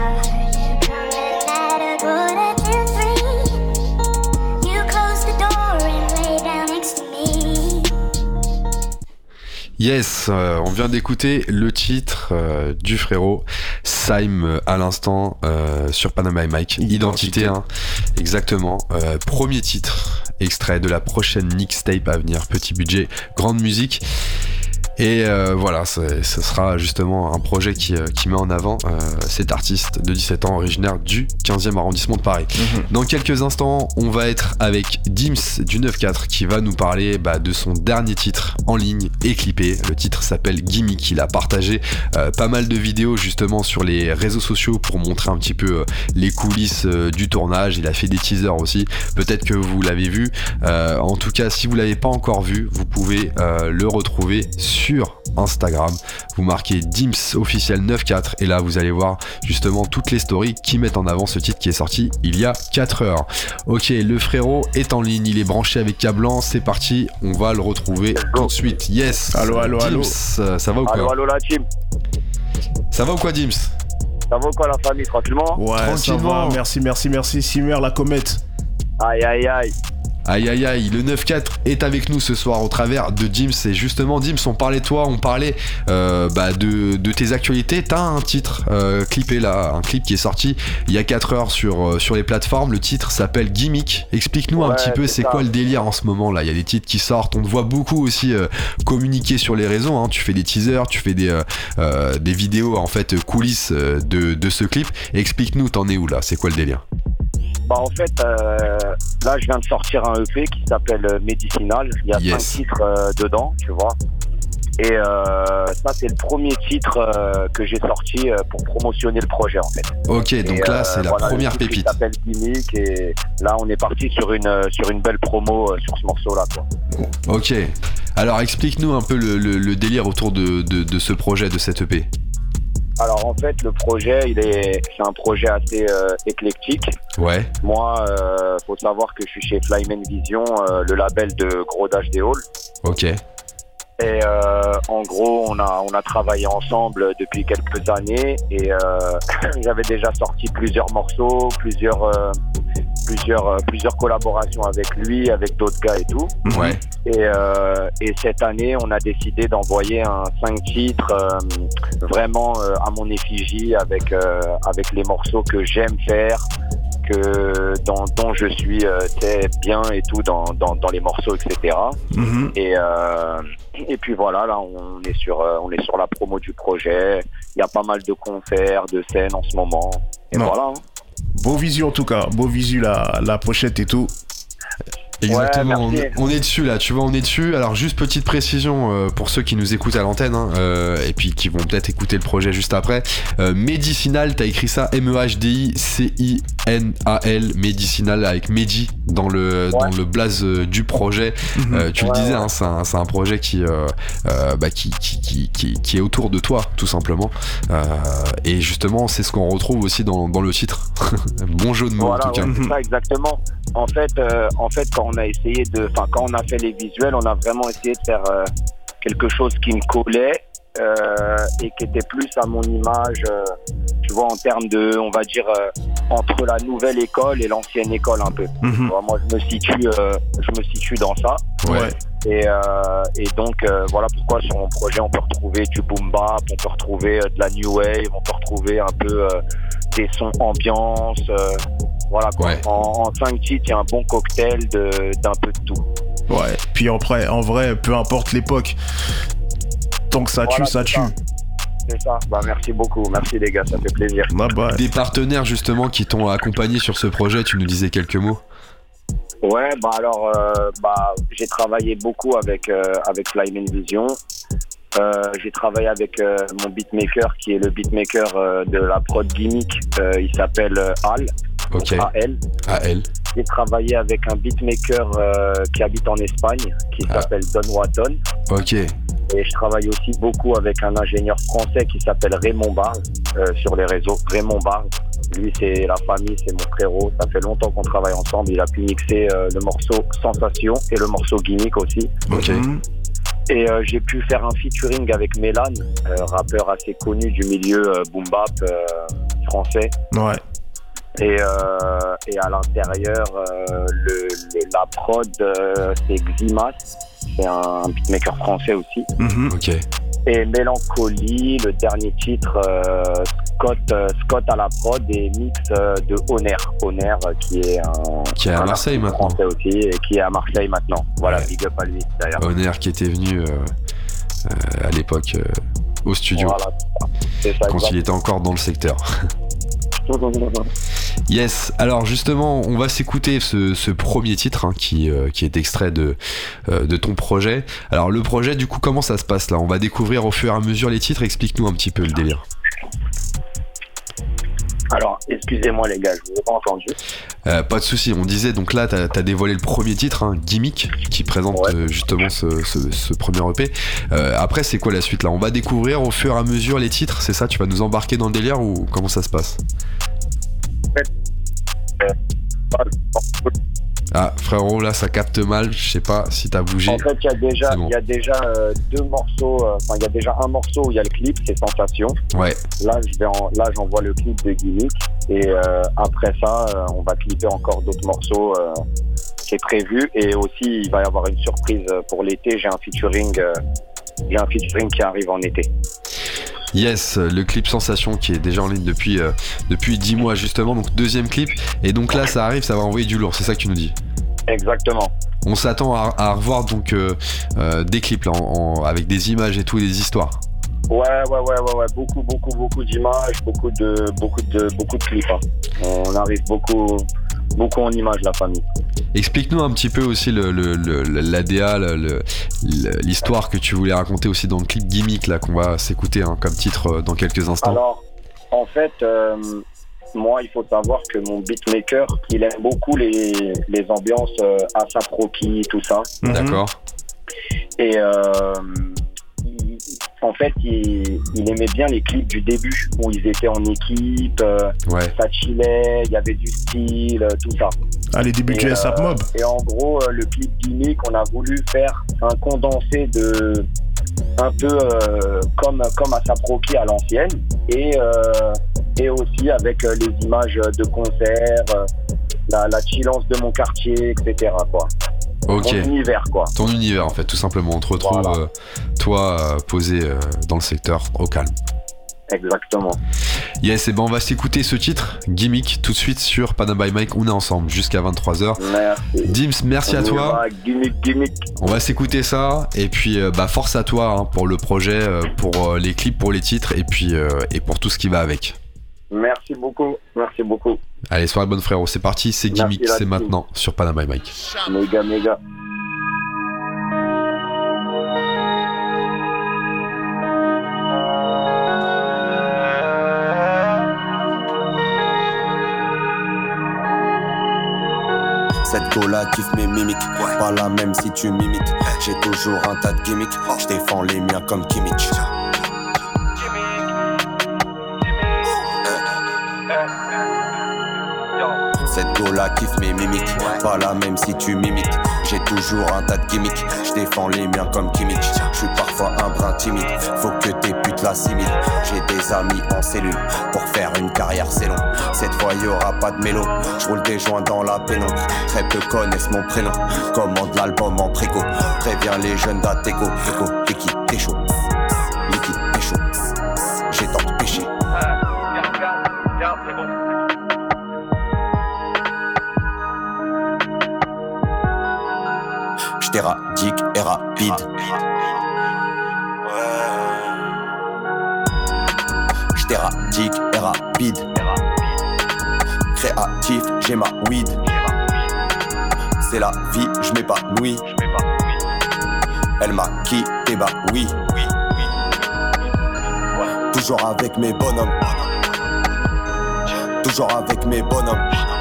Yes, euh, on vient d'écouter le titre euh, du frérot Saïm euh, à l'instant euh, sur Panam by Mike. Identité, Identité hein, exactement. Euh, premier titre, extrait de la prochaine mixtape à venir. Petit budget, grande musique. Et euh, voilà, c'est, ce sera justement un projet qui, euh, qui met en avant euh, cet artiste de dix-sept ans originaire du quinzième arrondissement de Paris. Mmh. Dans quelques instants, on va être avec Dims du neuf quatre qui va nous parler bah, de son dernier titre en ligne et clippé. Le titre s'appelle Gimmick. Il a partagé euh, pas mal de vidéos justement sur les réseaux sociaux pour montrer un petit peu euh, les coulisses euh, du tournage. Il a fait des teasers aussi. Peut-être que vous l'avez vu. Euh, en tout cas, si vous l'avez pas encore vu, vous pouvez euh, le retrouver sur Instagram. Vous marquez Dims officiel neuf quatre et là vous allez voir justement toutes les stories qui mettent en avant ce titre qui est sorti il y a quatre heures. Ok, le frérot est en ligne, il est branché avec Cablan, c'est parti, on va le retrouver tout de suite. Yes. Allo, allo, Dims, allo. Ça va ou quoi? Allo, allo la team. Ça va ou quoi Dims? Ça va ou quoi la famille, tranquillement? Ouais, tranquillement. Ça va, merci, merci, merci. Simmer la comète. Aïe, aïe, aïe. Aïe aïe aïe, le neuf quatre est avec nous ce soir au travers de Dims. Et justement Dims, on parlait de toi, on parlait euh, bah, de, de tes actualités. T'as un titre euh, clippé là, un clip qui est sorti il y a quatre heures sur, euh, sur les plateformes. Le titre s'appelle Gimmick. Explique-nous ouais, un petit peu c'est, c'est quoi le délire en ce moment là. Il y a des titres qui sortent, on te voit beaucoup aussi euh, communiquer sur les réseaux, hein. Tu fais des teasers, tu fais des, euh, euh, des vidéos en fait coulisses de, de ce clip. Explique-nous, t'en es où là? C'est quoi le délire? Bah en fait, euh, là je viens de sortir un E P qui s'appelle Medicinal. Il y a yes. cinq titres euh, dedans, tu vois. Et euh, ça c'est le premier titre euh, que j'ai sorti euh, pour promotionner le projet en fait. Ok, donc et, là euh, c'est la voilà, première pépite. Il s'appelle Gimmick et là on est parti sur une sur une belle promo euh, sur ce morceau là quoi. Ok. Alors explique-nous un peu le, le, le délire autour de, de, de ce projet, de cet E P. Alors en fait le projet il est c'est un projet assez euh, éclectique. Ouais. Moi euh, faut savoir que je suis chez Flyman Vision, euh, le label de Gros Dash des Halls. Ok. Et euh, en gros on a on a travaillé ensemble depuis quelques années et euh, j'avais déjà sorti plusieurs morceaux, plusieurs euh, plusieurs euh, plusieurs collaborations avec lui, avec d'autres gars et tout. Ouais. Et, euh, et cette année, on a décidé d'envoyer un cinq titres euh, vraiment euh, à mon effigie avec euh, avec les morceaux que j'aime faire, que dans, dont je suis euh, bien et tout dans, dans dans les morceaux, et cetera. Mm-hmm. Et euh, et puis voilà, là on est sur euh, on est sur la promo du projet. Il y a pas mal de concerts, de scènes en ce moment. Et non. Voilà. Hein. Beau visu en tout cas, beau visu la la pochette et tout. Exactement, ouais, on, on est dessus là, tu vois, on est dessus. Alors juste petite précision euh, pour ceux qui nous écoutent à l'antenne hein, euh, et puis qui vont peut-être écouter le projet juste après. Euh, Medicinal, t'as écrit ça M E H D I C I N A L, Medicinal avec Mehdi dans le ouais. dans le blaze euh, du projet. Mm-hmm. Euh, tu ouais, le disais, ouais. hein, c'est un c'est un projet qui euh, euh, bah, qui, qui qui qui qui est autour de toi tout simplement. Euh, et justement, c'est ce qu'on retrouve aussi dans dans le titre. Bon jeu de mots voilà, en tout ouais, cas. C'est ça exactement. En fait, euh, en fait, quand on a essayé de, enfin, quand on a fait les visuels, on a vraiment essayé de faire euh, quelque chose qui me collait euh, et qui était plus à mon image, euh, tu vois, en termes de, on va dire, euh, entre la nouvelle école et l'ancienne école un peu. Mm-hmm. Vois, moi, je me situe, euh, je me situe dans ça. Ouais. Et, euh, et donc, euh, voilà pourquoi sur mon projet, on peut retrouver du boom bap, on peut retrouver euh, de la new wave, on peut retrouver un peu euh, des sons ambiance. Euh, Voilà quoi. Ouais. En, en cinq titres, il y a un bon cocktail de, d'un peu de tout. Ouais. Puis en vrai, en vrai, peu importe l'époque, tant que ça voilà, tue, ça tue. Ça. C'est ça. Bah merci beaucoup, merci les gars, ça fait plaisir. Bah, bah. Des partenaires justement qui t'ont accompagné sur ce projet, tu nous disais quelques mots. Ouais, bah alors, euh, bah j'ai travaillé beaucoup avec euh, avec Flyman Vision. Euh, j'ai travaillé avec euh, mon beatmaker qui est le beatmaker euh, de la prod Gimmick. Euh, il s'appelle euh, Al. Ok. A L. A L. J'ai travaillé avec un beatmaker euh, qui habite en Espagne, qui ah. s'appelle Don Watton. Ok. Et je travaille aussi beaucoup avec un ingénieur français qui s'appelle Raymond Barre euh, sur les réseaux. Raymond Barre, lui c'est la famille, c'est mon frérot. Ça fait longtemps qu'on travaille ensemble. Il a pu mixer euh, le morceau Sensation et le morceau Gimmick aussi. Ok. Mm-hmm. Et euh, j'ai pu faire un featuring avec Mélan, euh, rappeur assez connu du milieu euh, boom bap euh, français. Ouais. Et, euh, et à l'intérieur, euh, le, le, la prod, euh, c'est Ximas, c'est un beatmaker français aussi. Mm-hmm. Ok. Et Mélancolie, le dernier titre, euh, Scott, euh, Scott à la prod et mix euh, de Honor, Honor euh, qui est un qui est à Marseille maintenant, français aussi et qui est à Marseille maintenant. Voilà, ouais. Big up à lui d'ailleurs. Honor qui était venu. Euh... euh, à l'époque euh, au studio, Voilà, c'est ça, quand exact. il était encore dans le secteur. Yes, alors justement, on va s'écouter ce, ce premier titre hein, qui, euh, qui est extrait de, euh, de ton projet. Alors le projet, du coup, comment ça se passe là? On va découvrir au fur et à mesure les titres, explique-nous un petit peu le délire. Alors, excusez-moi les gars, je vous ai pas entendu. Euh, pas de souci, on disait donc là t'as, t'as dévoilé le premier titre, hein, Gimmick, qui présente Ouais. euh, justement ce, ce, ce premier E P. Euh, après c'est quoi la suite là? On va découvrir au fur et à mesure les titres, c'est ça? Tu vas nous embarquer dans le délire ou comment ça se passe? Ah frérot, là ça capte mal, je sais pas si t'as bougé. En fait, il y a déjà, C'est bon. il y a déjà euh, deux morceaux, euh, enfin il y a déjà un morceau où il y a le clip, c'est Sensation. Ouais, Là, je vais en, là, j'envoie le clip de Gimmick et euh, après ça, euh, on va clipper encore d'autres morceaux. Euh, c'est prévu et aussi il va y avoir une surprise pour l'été. J'ai un featuring, euh, j'ai un featuring qui arrive en été. yes, le clip Sensation qui est déjà en ligne depuis, euh, depuis dix mois justement, donc deuxième clip. Et donc là ça arrive, ça va envoyer du lourd, c'est ça que tu nous dis? Exactement. On s'attend à, à revoir donc euh, euh, des clips là, en, en- avec des images et tout, et des histoires. Ouais, ouais, ouais, ouais, ouais, beaucoup, beaucoup, beaucoup d'images, beaucoup de, beaucoup de, beaucoup de clips. Hein. On arrive beaucoup, beaucoup en images, la famille. Explique-nous un petit peu aussi le, le, le, l'A D A, le, le- l'histoire que tu voulais raconter aussi dans le clip Gimmick là qu'on va s'écouter hein, comme titre euh, dans quelques instants. Alors, en fait, euh, moi, il faut savoir que mon beatmaker, il aime beaucoup les, les ambiances euh, ASAP Rocky, tout ça. D'accord. Et euh, il- en fait, il, il aimait bien les clips du début, où ils étaient en équipe, euh, Ouais. ça chillait, il y avait du style, euh, tout ça. Ah, les débuts Et, du ASAP euh, Mob. Et en gros, euh, le clip Gimmick, on a voulu faire un condensé de un peu euh, comme comme ASAP Rocky à l'ancienne, et euh, et aussi avec euh, les images de concerts, euh, la, la chillance de mon quartier, et cetera quoi. Ok. Mon univers quoi. Ton univers en fait, tout simplement. On te retrouve Voilà. euh, toi euh, posé euh, dans le secteur au calme. Exactement. Yes, et ben on va s'écouter ce titre Gimmick tout de suite sur Panam by Mike. On est ensemble jusqu'à vingt-trois heures. Merci. Dims, merci On à y toi. va, Gimmick, Gimmick. On va s'écouter ça et puis euh, bah force à toi hein, pour le projet, euh, pour euh, les clips, pour les titres et puis euh, et pour tout ce qui va avec. Merci beaucoup. Merci beaucoup. Allez, soirée bonne frérot, c'est parti, c'est Merci, Gimmick, la c'est team. maintenant sur Panam by Mike. Méga, méga. Cette cola kiffe mes mimiques, pas la même si tu m'imites. J'ai toujours un tas de gimmicks, je défends les miens comme Kimmich. Cette cola kiffe mes mimiques, pas la même si tu m'imites. J'ai toujours un tas de gimmicks, je défends les miens comme Kimmich. Je suis parfois un brin timide, faut que tes putes l'assimilent. J'ai des amis en cellule, pour faire une carrière c'est long. Cette fois y'aura pas de mélo, je roule des joints dans la pénombre. Très peu connaissent mon prénom, commande l'album en préco. Préviens les jeunes d'Ateco, Eco, liquide, t'es chaud. Liquide, t'es chaud. J'ai tant de péché. J't'éradique et rapide. J't'éradique et rapide. Créatif, j'ai ma weed. C'est la vie, j'm'épanouis. Elle m'a quitté, bah oui. Toujours avec mes bonhommes. Toujours avec mes bonhommes.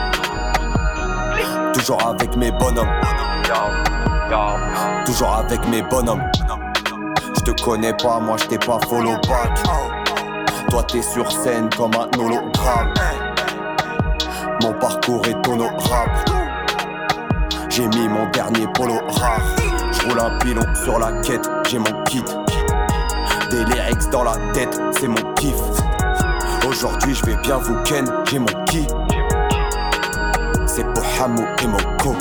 Toujours avec mes bonhommes. Toujours avec mes bonhommes. Je te connais pas, moi je t'ai pas follow back. Toi t'es sur scène comme un hologramme. Mon parcours est honorable. J'ai mis mon dernier polo rare. Je roule un pilon sur la quête, j'ai mon kit. Des lyrics dans la tête, c'est mon kiff. Aujourd'hui je vais bien vous ken, j'ai mon ki. C'est pour Hamou et Moko.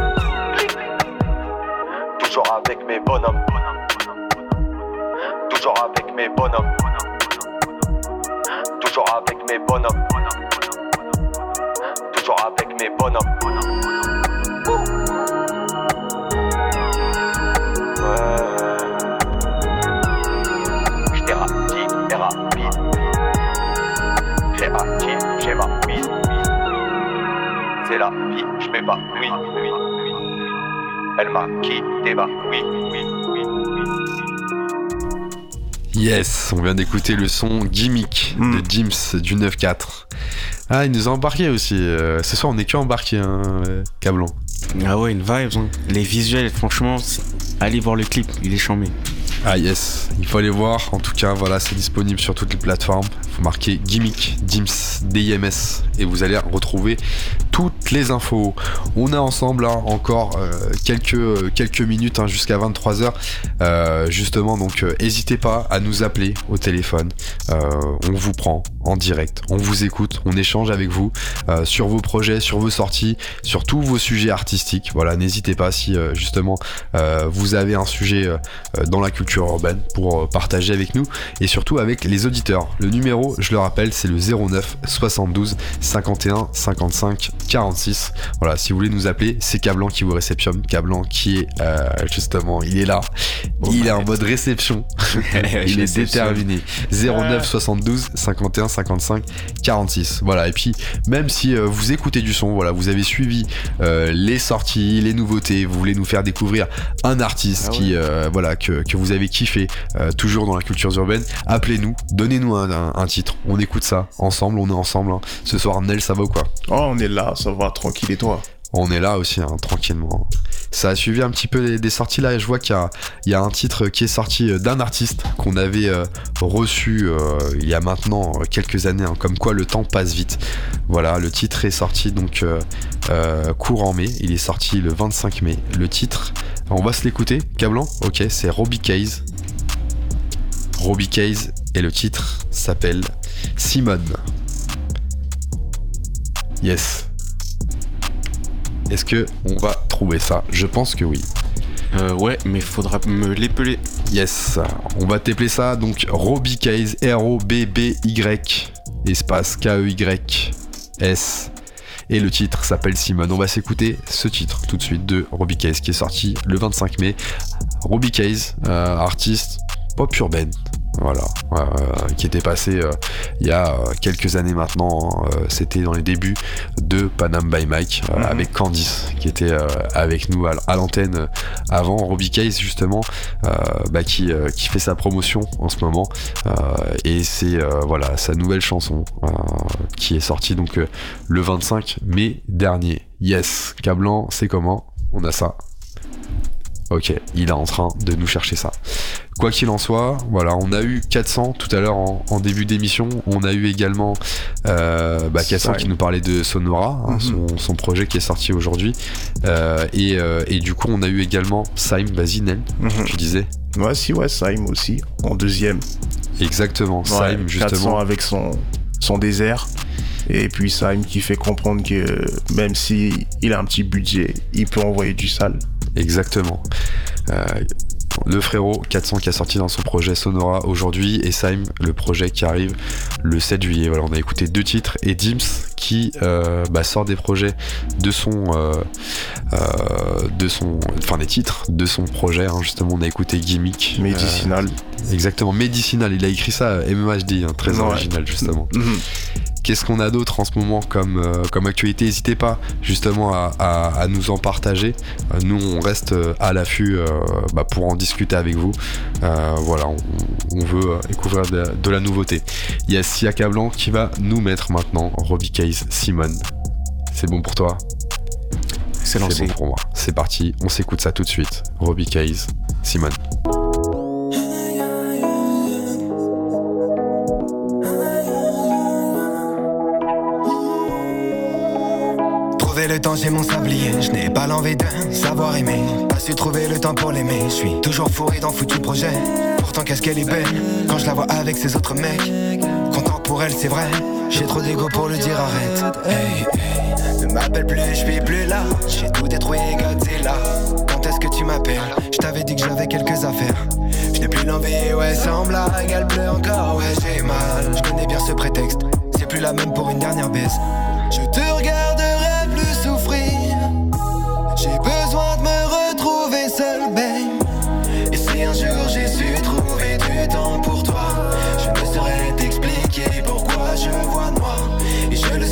Toujours avec mes bonhommes. Toujours avec mes bonhommes. Toujours avec mes bonhommes. Toujours avec mes bonhommes. Ouais. j'ai ma vie. C'est la vie, je fais pas oui, oui, oui. Elle m'a quitté, bah oui, oui, oui, oui. Yes, on vient d'écouter le son Gimmick mm. de Dims du neuf quatre. Ah, il nous a embarqué aussi. Euh, ce soir, on est que embarqué, hein, euh, Cablan. Ah ouais, une vibe. Hein. Les visuels, franchement, allez voir le clip, il est chambé. Ah yes, il faut aller voir. En tout cas, voilà, c'est disponible sur toutes les plateformes. Il faut marquer Gimmick, Dims, D I M S et vous allez retrouver toutes les infos. On est ensemble hein, encore euh, quelques, euh, quelques minutes hein, jusqu'à vingt-trois heures. Euh, justement, donc n'hésitez euh, pas à nous appeler au téléphone. Euh, on vous prend en direct, on vous écoute, on échange avec vous euh, sur vos projets, sur vos sorties, sur tous vos sujets artistiques. Voilà, n'hésitez pas si euh, justement euh, vous avez un sujet euh, dans la culture urbaine pour partager avec nous et surtout avec les auditeurs. Le numéro, je le rappelle, c'est le zéro neuf soixante-douze cinquante et un cinquante-cinq quarante-six. Voilà, si vous voulez nous appeler, c'est Cablan qui vous réceptionne. Cablan qui est euh, justement, il est là. Bon, il bah, est en mode réception. Il est déterminé. zéro neuf soixante-douze cinquante et un cinquante-cinq quarante-six. Voilà, et puis même si euh, vous écoutez du son, voilà, vous avez suivi euh, les sorties, les nouveautés, vous voulez nous faire découvrir un artiste ah ouais. qui euh, voilà que, que vous avez kiffé euh, toujours dans la culture urbaine, appelez-nous, donnez-nous un, un, un titre, on écoute ça ensemble, on est ensemble hein. Ce soir Nel, ça va ou quoi? Oh, on est là, ça va, tranquille, et toi? On est là aussi, hein, tranquillement. Ça a suivi un petit peu des, des sorties là et je vois qu'il y a, il y a un titre qui est sorti d'un artiste qu'on avait euh, reçu euh, il y a maintenant quelques années, hein, comme quoi le temps passe vite. Voilà, le titre est sorti donc euh, euh, courant mai, il est sorti le vingt-cinq mai. Le titre, on va se l'écouter, Cablan? Ok, c'est Robbie Case. Robbie Case et le titre s'appelle Simone. Yes. Est-ce que on va trouver ça? Je pense que oui. Euh, ouais, mais faudra me l'épeler. Yes, on va t'épeler ça. Donc Robbie Case, R O B B Y espace K E Y S. Et le titre s'appelle Simone. On va s'écouter ce titre tout de suite de Robbie Case qui est sorti le vingt-cinq mai. Robbie Case, euh, artiste pop urbaine. Voilà, euh, qui était passé euh, il y a euh, quelques années maintenant, euh, c'était dans les débuts de Panam by Mike euh, mm-hmm. avec Candice qui était euh, avec nous à, à l'antenne euh, avant. Robbie Case justement euh, bah, qui, euh, qui fait sa promotion en ce moment euh, et c'est euh, voilà sa nouvelle chanson euh, qui est sortie donc euh, le vingt-cinq mai dernier. Yes, Cablan, c'est comment? On a ça. Ok, il est en train de nous chercher ça. Quoi qu'il en soit, voilà, on a eu quatre cents tout à l'heure en, en début d'émission. On a eu également euh, bah, quatre cents qui nous parlait de Sonora, hein, mm-hmm. son, son projet qui est sorti aujourd'hui. Euh, et, euh, et du coup, on a eu également Saïm, vas-y Nel, mm-hmm. tu disais. Ouais, si, ouais, Saïm aussi, en deuxième. Exactement, ouais, Saïm justement. quatre cents avec son, son désert. Et puis Saïm qui fait comprendre que même si il a un petit budget, il peut envoyer du sale. Exactement. Euh, le frérot quatre cents qui a sorti dans son projet Sonora aujourd'hui et Saïm, le projet qui arrive le sept juillet. Voilà, on a écouté deux titres et Dims qui euh, bah, sort des projets de son, euh, euh, de son, enfin des titres de son projet. Hein, justement, on a écouté Gimmick. Médicinal. Euh, exactement, Médicinal. Il a écrit ça M E H D, hein, très ouais. original justement. Mm-hmm. Qu'est-ce qu'on a d'autre en ce moment comme, euh, comme actualité? N'hésitez pas justement à, à, à nous en partager. Euh, nous, on reste à l'affût euh, bah, pour en discuter avec vous. Euh, voilà, on, on veut découvrir de, de la nouveauté. Il y a Sia Cablan qui va nous mettre maintenant Robbie Case, Simone. C'est bon pour toi? C'est lancé. C'est bon pour moi. C'est parti, on s'écoute ça tout de suite. Robbie Case, Simone. Le temps j'ai mon sablier, je n'ai pas l'envie de savoir aimer. Pas su trouver le temps pour l'aimer, je suis toujours fourré dans foutu projet. Pourtant qu'est-ce qu'elle est belle, quand je la vois avec ces autres mecs. Content pour elle c'est vrai, j'ai trop d'ego pour le dire arrête. Hey, hey, ne m'appelle plus, je suis plus là. J'ai tout détruit, Godzilla. Quand est-ce que tu m'appelles? Je t'avais dit que j'avais quelques affaires. Je n'ai plus l'envie, ouais sans blague. Elle pleut encore, ouais j'ai mal. Je connais bien ce prétexte, c'est plus la même pour une dernière baisse. Je te regarderai plus souffrir. J'ai besoin de me retrouver seul, babe. Et si un jour j'ai su trouver du temps pour toi, je ne saurais t'expliquer pourquoi je vois noir. Et je le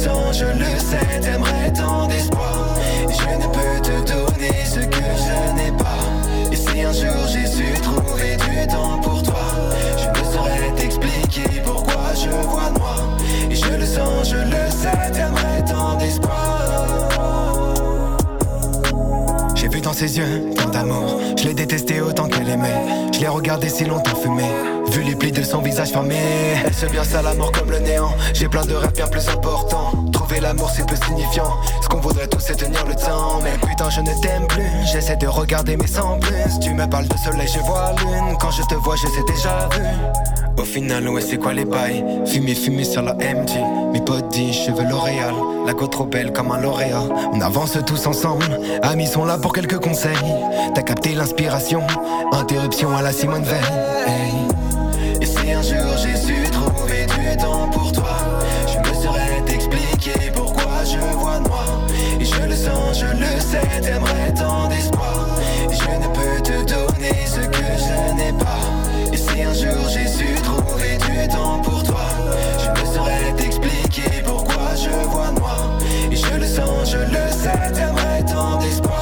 ses yeux, tant d'amour. Je l'ai détesté autant qu'elle aimait. Je l'ai regardé si longtemps fumé. Vu les plis de son visage fermé. Elle se vient à la mort comme le néant. J'ai plein de rêves bien plus importants. Trouver l'amour c'est peu signifiant. Ce qu'on voudrait tous c'est tenir le temps. Mais putain je ne t'aime plus. J'essaie de regarder mais sans plus. Tu me parles de soleil, je vois lune. Quand je te vois je sais déjà vu. Au final ouais c'est quoi les bails. Fumer fumer sur la M G. Mes potes disent cheveux L'Oréal. La côte trop belle comme un lauréat. On avance tous ensemble. Amis sont là pour quelques conseils. T'as capté l'inspiration. Interruption à la Simone Veil. Hey. Et si un jour j'ai su trouver du temps pour toi, je me serais t'expliquer pourquoi je vois noir. Et je le sens, je le sais, t'aimerais tant d'espoir. Et je ne peux te donner ce que je n'ai pas. Et si un jour j'ai su trouver du temps pour toi, je me serais t'expliquer pourquoi je vois noir. Et je le sens, je le sais, t'aimerais tant d'espoir.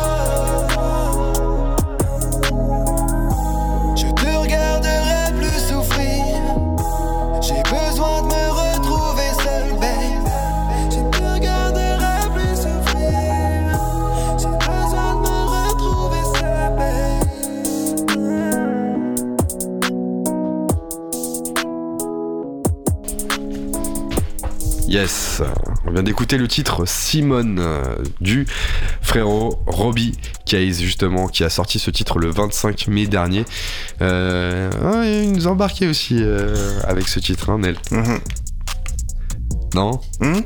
Je te regarderai plus souffrir. J'ai besoin de me retrouver seul, babe. Je te regarderai plus souffrir. J'ai besoin de me retrouver seul, babe. Yes, on vient d'écouter le titre Simone euh, du frérot Robbie Case, justement, qui a sorti ce titre le vingt-cinq mai dernier. Euh, ouais, il nous a embarqué aussi euh, avec ce titre, hein, Nel. Mm-hmm. Non mm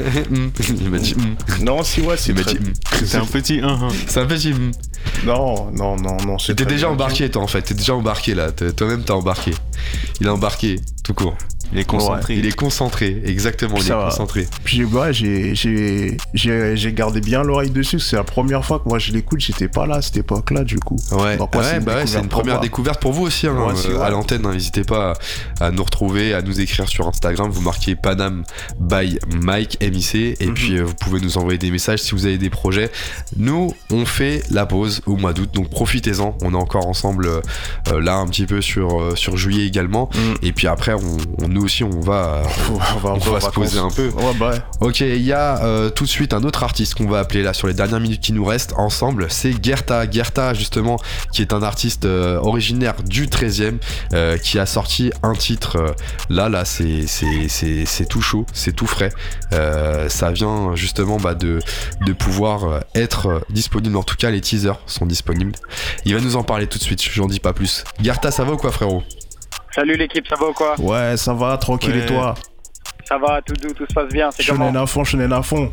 Il m'a dit mm. Non, si, ouais, c'est il m'a très... dit mm. C'est un petit un. C'est un petit mm. Non, non, non, non. T'es déjà embarqué, toi, en fait. T'es déjà embarqué, là. T'es, toi-même, t'as embarqué. Il a embarqué, tout court. Il est concentré. Ouais, il est concentré, exactement, il ça est va. concentré. Puis ouais, j'ai, j'ai, j'ai, j'ai gardé bien l'oreille dessus. C'est la première fois que moi je l'écoute. J'étais pas là à cette époque-là, du coup. Ouais, Donc, ouais, ouais, c'est une, bah ouais, c'est une première moi. découverte pour vous aussi, hein, Ouais, euh, c'est à vrai. l'antenne. Hein, n'hésitez pas à, à nous retrouver, à nous écrire sur Instagram. Vous marquez Panam by Mike M I C et Mm-hmm. puis euh, vous pouvez nous envoyer des messages si vous avez des projets. Nous, on fait la pause au mois d'août, donc profitez-en. On est encore ensemble euh, là un petit peu sur euh, sur juillet également. Mm. Et puis après, on, on, nous aussi, on va on va, on va se poser un peu. Ouais, bah ouais. Ok, il y a euh, tout de suite un autre artiste qu'on va appeler là sur les dernières minutes qui nous restent ensemble, c'est Gerta. Gerta, justement, qui est un artiste euh, originaire du treizième, euh, qui a sorti un titre. Euh, là, là, c'est, c'est, c'est, c'est tout chaud, c'est tout frais. Euh, ça vient justement bah, de, de pouvoir être disponible. En tout cas, les teasers sont disponibles. Il va nous en parler tout de suite, j'en dis pas plus. Gerta, ça va ou quoi, frérot? Salut l'équipe, ça va ou quoi? Ouais, ça va, tranquille, ouais. Et toi? Ça va, tout doux, tout se passe bien, c'est comment? Shonen à fond, shonen à fond.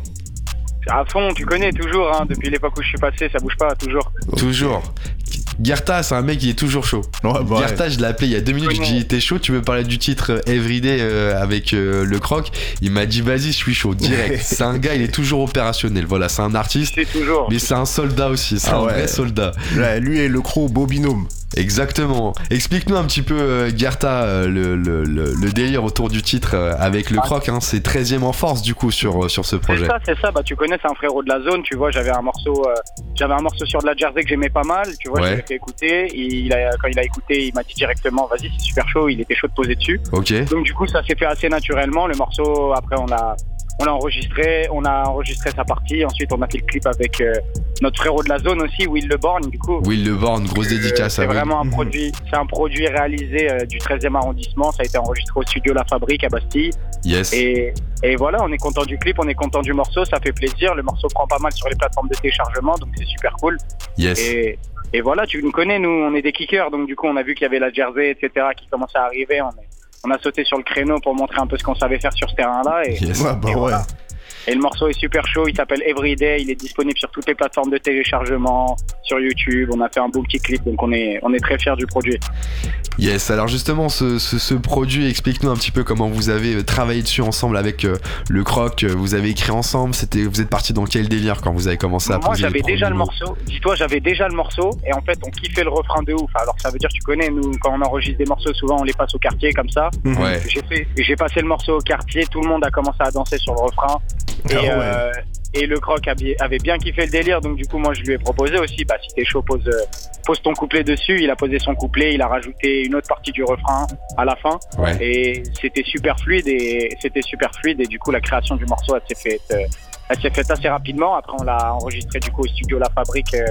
À fond, tu connais, toujours, hein, depuis l'époque où je suis passé, ça bouge pas, toujours. Toujours. Gerta, c'est un mec qui est toujours chaud. Ouais, bah Gerta, ouais. je l'ai appelé il y a deux minutes, je lui ai dit t'es chaud, tu veux parler du titre Everyday euh, avec euh, le croc. Il m'a dit vas-y, je suis chaud, direct. C'est un gars, il est toujours opérationnel. Voilà, c'est un artiste, C'est toujours. mais c'est un soldat aussi, c'est Ah un ouais. vrai soldat. Ouais, lui et le croc beau binôme. Exactement. Explique-nous un petit peu, euh, Gerta, euh, le, le, le, le délire autour du titre euh, avec le Ah. croc. Hein, c'est treizième en force du coup sur, euh, sur ce projet. C'est ça, c'est ça, bah tu connais, c'est un frérot de la zone, tu vois, j'avais un morceau, euh, j'avais un morceau sur de la Jersey que j'aimais pas mal, tu vois, Ouais. je l'ai fait écouter, il a, quand il a écouté, il m'a dit directement, vas-y, c'est super chaud, il était chaud de poser dessus. Ok. Donc du coup, ça s'est fait assez naturellement, le morceau, après on l'a, on l'a enregistré, on a enregistré sa partie, ensuite on a fait le clip avec euh, notre frérot de la zone aussi, Will Le Born, du coup. Will Le Born, grosse Euh, dédicace c'est à Will. vraiment un produit, c'est un produit réalisé euh, du treizième arrondissement, ça a été enregistré au studio La Fabrique à Bastille. Yes. Et, et voilà, on est content du clip, on est content du morceau, ça fait plaisir. Le morceau prend pas mal sur les plateformes de téléchargement, donc c'est super cool. Yes. Et, et voilà, tu nous connais, nous, on est des kickers, donc du coup, on a vu qu'il y avait la Jersey, et cetera, qui commençait à arriver. On, est, on a sauté sur le créneau pour montrer un peu ce qu'on savait faire sur ce terrain-là. Et, Yes. Ouais, bah et ouais. voilà. Et le morceau est super chaud, il s'appelle Everyday, il est disponible sur toutes les plateformes de téléchargement, sur YouTube, on a fait un beau petit clip, donc on est, on est très fiers du produit. Yes, alors justement ce, ce, ce produit, explique-nous un petit peu comment vous avez travaillé dessus ensemble avec euh, le croc, vous avez écrit ensemble, c'était, vous êtes parti dans quel délire quand vous avez commencé à Moi poser j'avais les déjà le premiers mots? morceau, dis-toi j'avais déjà le morceau et en fait on kiffait le refrain de ouf. Alors ça veut dire, tu connais, nous quand on enregistre des morceaux souvent on les passe au quartier comme ça. Ouais. J'ai, fait, j'ai passé le morceau au quartier, tout le monde a commencé à danser sur le refrain et, Ah ouais. euh, et le croc avait avait bien kiffé le délire, donc du coup moi je lui ai proposé aussi, bah si t'es chaud pose, euh, pose ton couplet dessus. Il a posé son couplet, il a rajouté une autre partie du refrain à la fin. Ouais. Et c'était super fluide et c'était super fluide et du coup la création du morceau elle s'est faite euh, elle s'est faite assez rapidement. Après on l'a enregistré du coup au studio La Fabrique euh,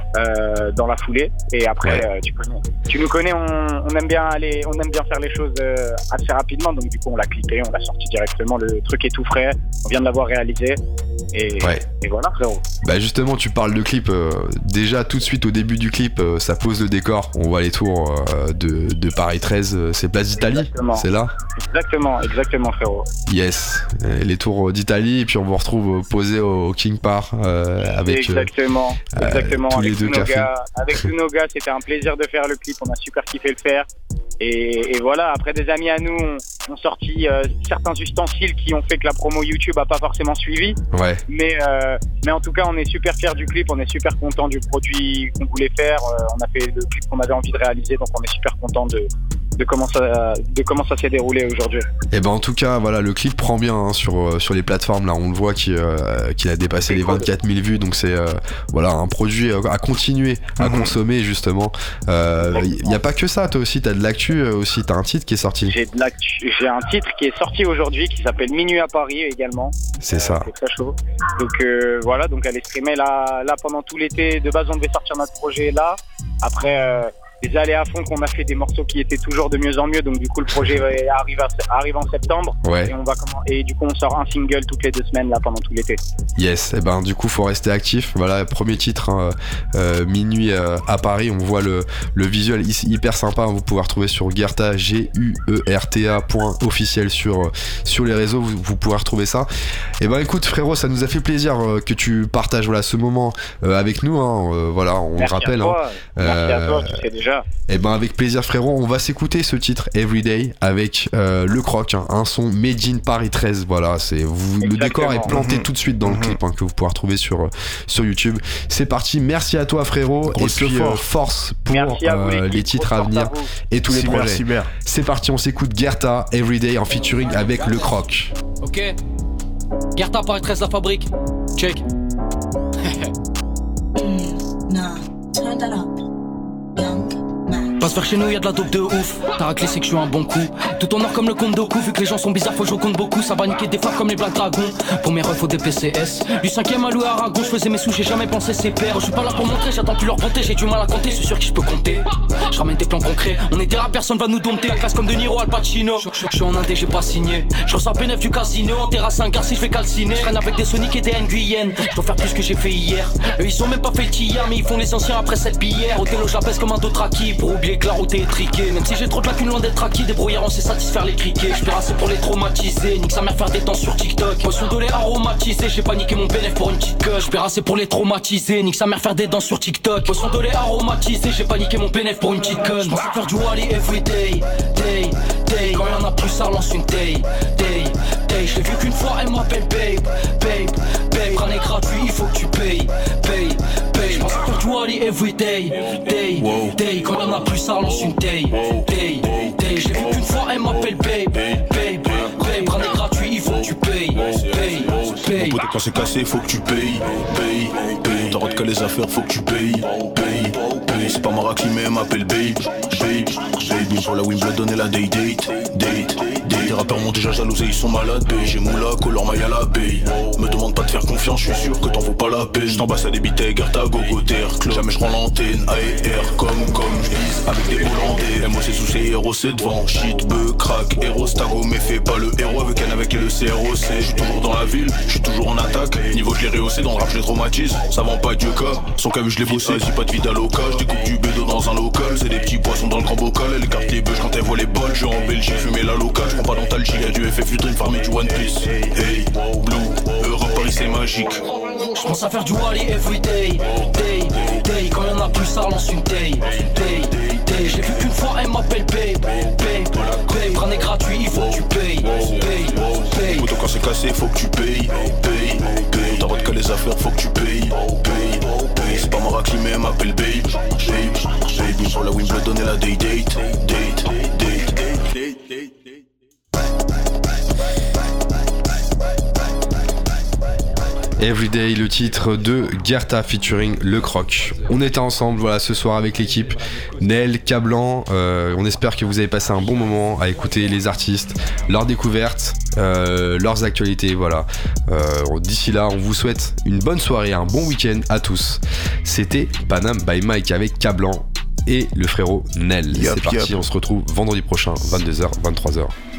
euh, dans la foulée. Et après, Ouais. euh, tu connais, tu nous connais, on, on aime bien aller, on aime bien faire les choses euh, assez rapidement. Donc du coup, on l'a clippé, on l'a sorti directement. Le truc est tout frais. On vient de l'avoir réalisé. Et, Ouais. et voilà, frérot. Bah justement, tu parles de clip. euh, déjà, tout de suite au début du clip, euh, ça pose le décor. On voit les tours euh, de, de Paris treize. euh, C'est Place d'Italie. Exactement. C'est là. Exactement, exactement, frérot. Yes. Euh, les tours d'Italie. Et puis on vous retrouve euh, posé au King Park euh, avec. euh, exactement, euh, exactement. tous les avec deux tous nos cafés. gars, avec tous nos gars, c'était un plaisir de faire le clip. On a super kiffé le faire. Et, et voilà, après des amis à nous ont, ont sorti euh, certains ustensiles qui ont fait que la promo YouTube a pas forcément suivi. Ouais. Mais, euh, mais en tout cas, on est super fiers du clip, on est super content du produit qu'on voulait faire. Euh, on a fait le clip qu'on avait envie de réaliser, donc on est super content de, de comment ça, de comment ça s'est déroulé aujourd'hui. Et ben en tout cas, voilà, le clip prend bien hein, sur euh, sur les plateformes. Là, on le voit qu'il euh, qu'il a dépassé les vingt-quatre mille vues. Donc c'est euh, voilà un produit euh, à continuer à consommer justement. Il euh, y, y a pas que ça. Toi aussi, t'as de l'actu euh, aussi. T'as un titre qui est sorti. J'ai de l'actu, j'ai un titre qui est sorti aujourd'hui qui s'appelle Minuit à Paris également. C'est ça. C'est très chaud. Donc euh, voilà, donc elle est streamée là, là pendant tout l'été. De base, on devait sortir notre projet là. Après, euh, les aléas font qu'on a fait des morceaux qui étaient toujours de mieux en mieux. Donc du coup, le projet arrive, à, arrive en septembre. Ouais. Et on va comment, et du coup, on sort un single toutes les deux semaines là pendant tout l'été. Yes. Et ben du coup, faut rester actif. Voilà, premier titre, hein, euh, Minuit euh, à Paris. On voit le le visuel hyper sympa. Hein, vous pouvez retrouver sur Gerta, G U E R T A point officiel sur sur les réseaux. Vous, vous pourrez retrouver ça. Et ben écoute, frérot, ça nous a fait plaisir euh, que tu partages voilà ce moment euh, avec nous. Hein, euh, voilà, on Merci le rappelle. À toi. Hein. Merci Euh, à toi, tu sais déjà. Et ben avec plaisir frérot, on va s'écouter ce titre Everyday avec euh, le Croc, hein, un son Made in Paris treize. Voilà, c'est vous, le décor est planté Mmh. tout de suite dans mmh. le clip hein, que vous pourrez retrouver sur sur YouTube. C'est parti, merci à toi frérot. Grosse et puis fort. euh, force pour Merci à vous, euh, les titres à venir et tous les Cyber, projets. cyber. C'est parti, on s'écoute Gerta Everyday en featuring avec le Croc. Ok. Gerta Paris treize la fabrique. Check. Nah, turn that up. Young man. Passe vers chez nous, y'a de la dope de ouf. T'as raclé, c'est que je suis un bon coup. Tout en or comme le compte Doku. Vu que les gens sont bizarres, faut que je compte beaucoup. Ça va niquer des fois comme les Black Dragons. Pour mes refs, faut des P C S. Du cinquième à Louis Aragon, je faisais mes sous, j'ai jamais pensé c'est père. Je suis pas là pour montrer, j'attends plus leur bonté. J'ai du mal à compter, c'est sûr que je peux compter. Je ramène des plans concrets. On est des rats, personne va nous dompter. La classe comme De Niro, Al Pacino. Je suis en Indé, j'ai pas signé. Je ressors bénéf du casino. En terrasse un gars si je fais calciner. Je traîne avec des Sonic et des Nguyen. Je dois faire plus que j'ai fait hier. Eux ils sont même pas fait le tillard, mais ils font les anciens après cette bière. Au télo, je la pèse comme un d'autre acquis. Pour oublier que la route est étriquée. Même si j'ai trop de lacunes loin d'être acquis. Des brouillards, on sait satisfaire les criquets. Je assez pour les traumatiser. Nique sa mère faire des temps sur TikTok. Poisson de lait aromatisé. J'ai pas niqué mon bénéf pour une petite coche. Je assez pour les traumatiser. Nique sa mère faire des dents sur TikTok. Poisson de lait aromatisé. J'ai pas niqué mon bénéf pour une petite coche. Je pense à faire du Wally everyday. Day, day. Quand y'en a plus, ça lance une day. Day, day. Je l'ai vu qu'une fois, elle m'appelle babe. Babe, babe. Crâne est gratuit, il faut que tu payes. Paye, paye. Je pense à faire du Wally everyday. Day, day. Quand y'en a plus, ça lance une day. Day, day. Je l'ai vu qu'une fois, elle m'appelle babe. Babe, babe. Crâne est gratuit, il faut que tu payes. Paye, paye. Mon pote, quand c'est cassé, faut que tu payes. Paye, paye. T'arrêtes que les affaires, faut que tu payes. Paye, paye. C'est pas Maraki, mais elle m'appelle babe. Babe, babe. Pour la Wimbledon et la day date. Date, date. Les rappeurs m'ont déjà jalousé, ils sont malades. Babe, j'ai moula, color maille à la babe. Me demande pas de faire confiance, je suis sûr que t'en vaux pas la peine. J't'embasse à des bitais, Gerta, gogo terre. Jamais je rends l'antenne, A et R, comme, comme j'vise avec des Hollandais. M O C sous ses héros, c'est devant. Shit, beu, crack, héros, stago, mais fais pas le héros avec un avec le C R O C. J'suis toujours dans la ville, j'suis toujours en attaque. Niveau je l'ai rehaussé, dans le rap je les traumatise. Ça vend pas Dieu cas, son cas vu je l'ai bossé. Vas-y, pas de vie d'aloca, j'découpe du bédo dans un local. C'est des petits poissons dans le grand bocal. Elle écarte les bûches quand elle voit les bols. Je en Belgique, fumer la locale. J'prends pas d'antalgie, y'a du F F U Dream Farm et du One Piece. Hey, Blue, Europe, Paris c'est magique. Je pense à faire du Wally everyday. Day, day. Quand y'en a plus, ça lance une day. Day, day. J'ai vu qu'une fois, elle m'appelle babe. Babe, babe. Crâne est gratuit, il faut que tu payes. Paye, paye. Autant quand c'est cassé, faut que tu payes. Paye, paye. T'arrêtes que les affaires, faut que tu payes. Paye, paye. C'est pas Maraki, mais elle m'appelle babe. Babe, babe. Pour la Wimbledon et la day date. Date, date, date. Everyday, le titre de Gerta featuring Le Croc. On était ensemble, voilà, ce soir avec l'équipe Nel, Cablan. Euh, on espère que vous avez passé un bon moment à écouter les artistes, leurs découvertes, euh, leurs actualités. Voilà. Euh, d'ici là, on vous souhaite une bonne soirée, un bon week-end à tous. C'était Panam by Mike avec Cablan et le frérot Nel. Yep, C'est parti, yep. on se retrouve vendredi prochain, vingt-deux heures, vingt-trois heures.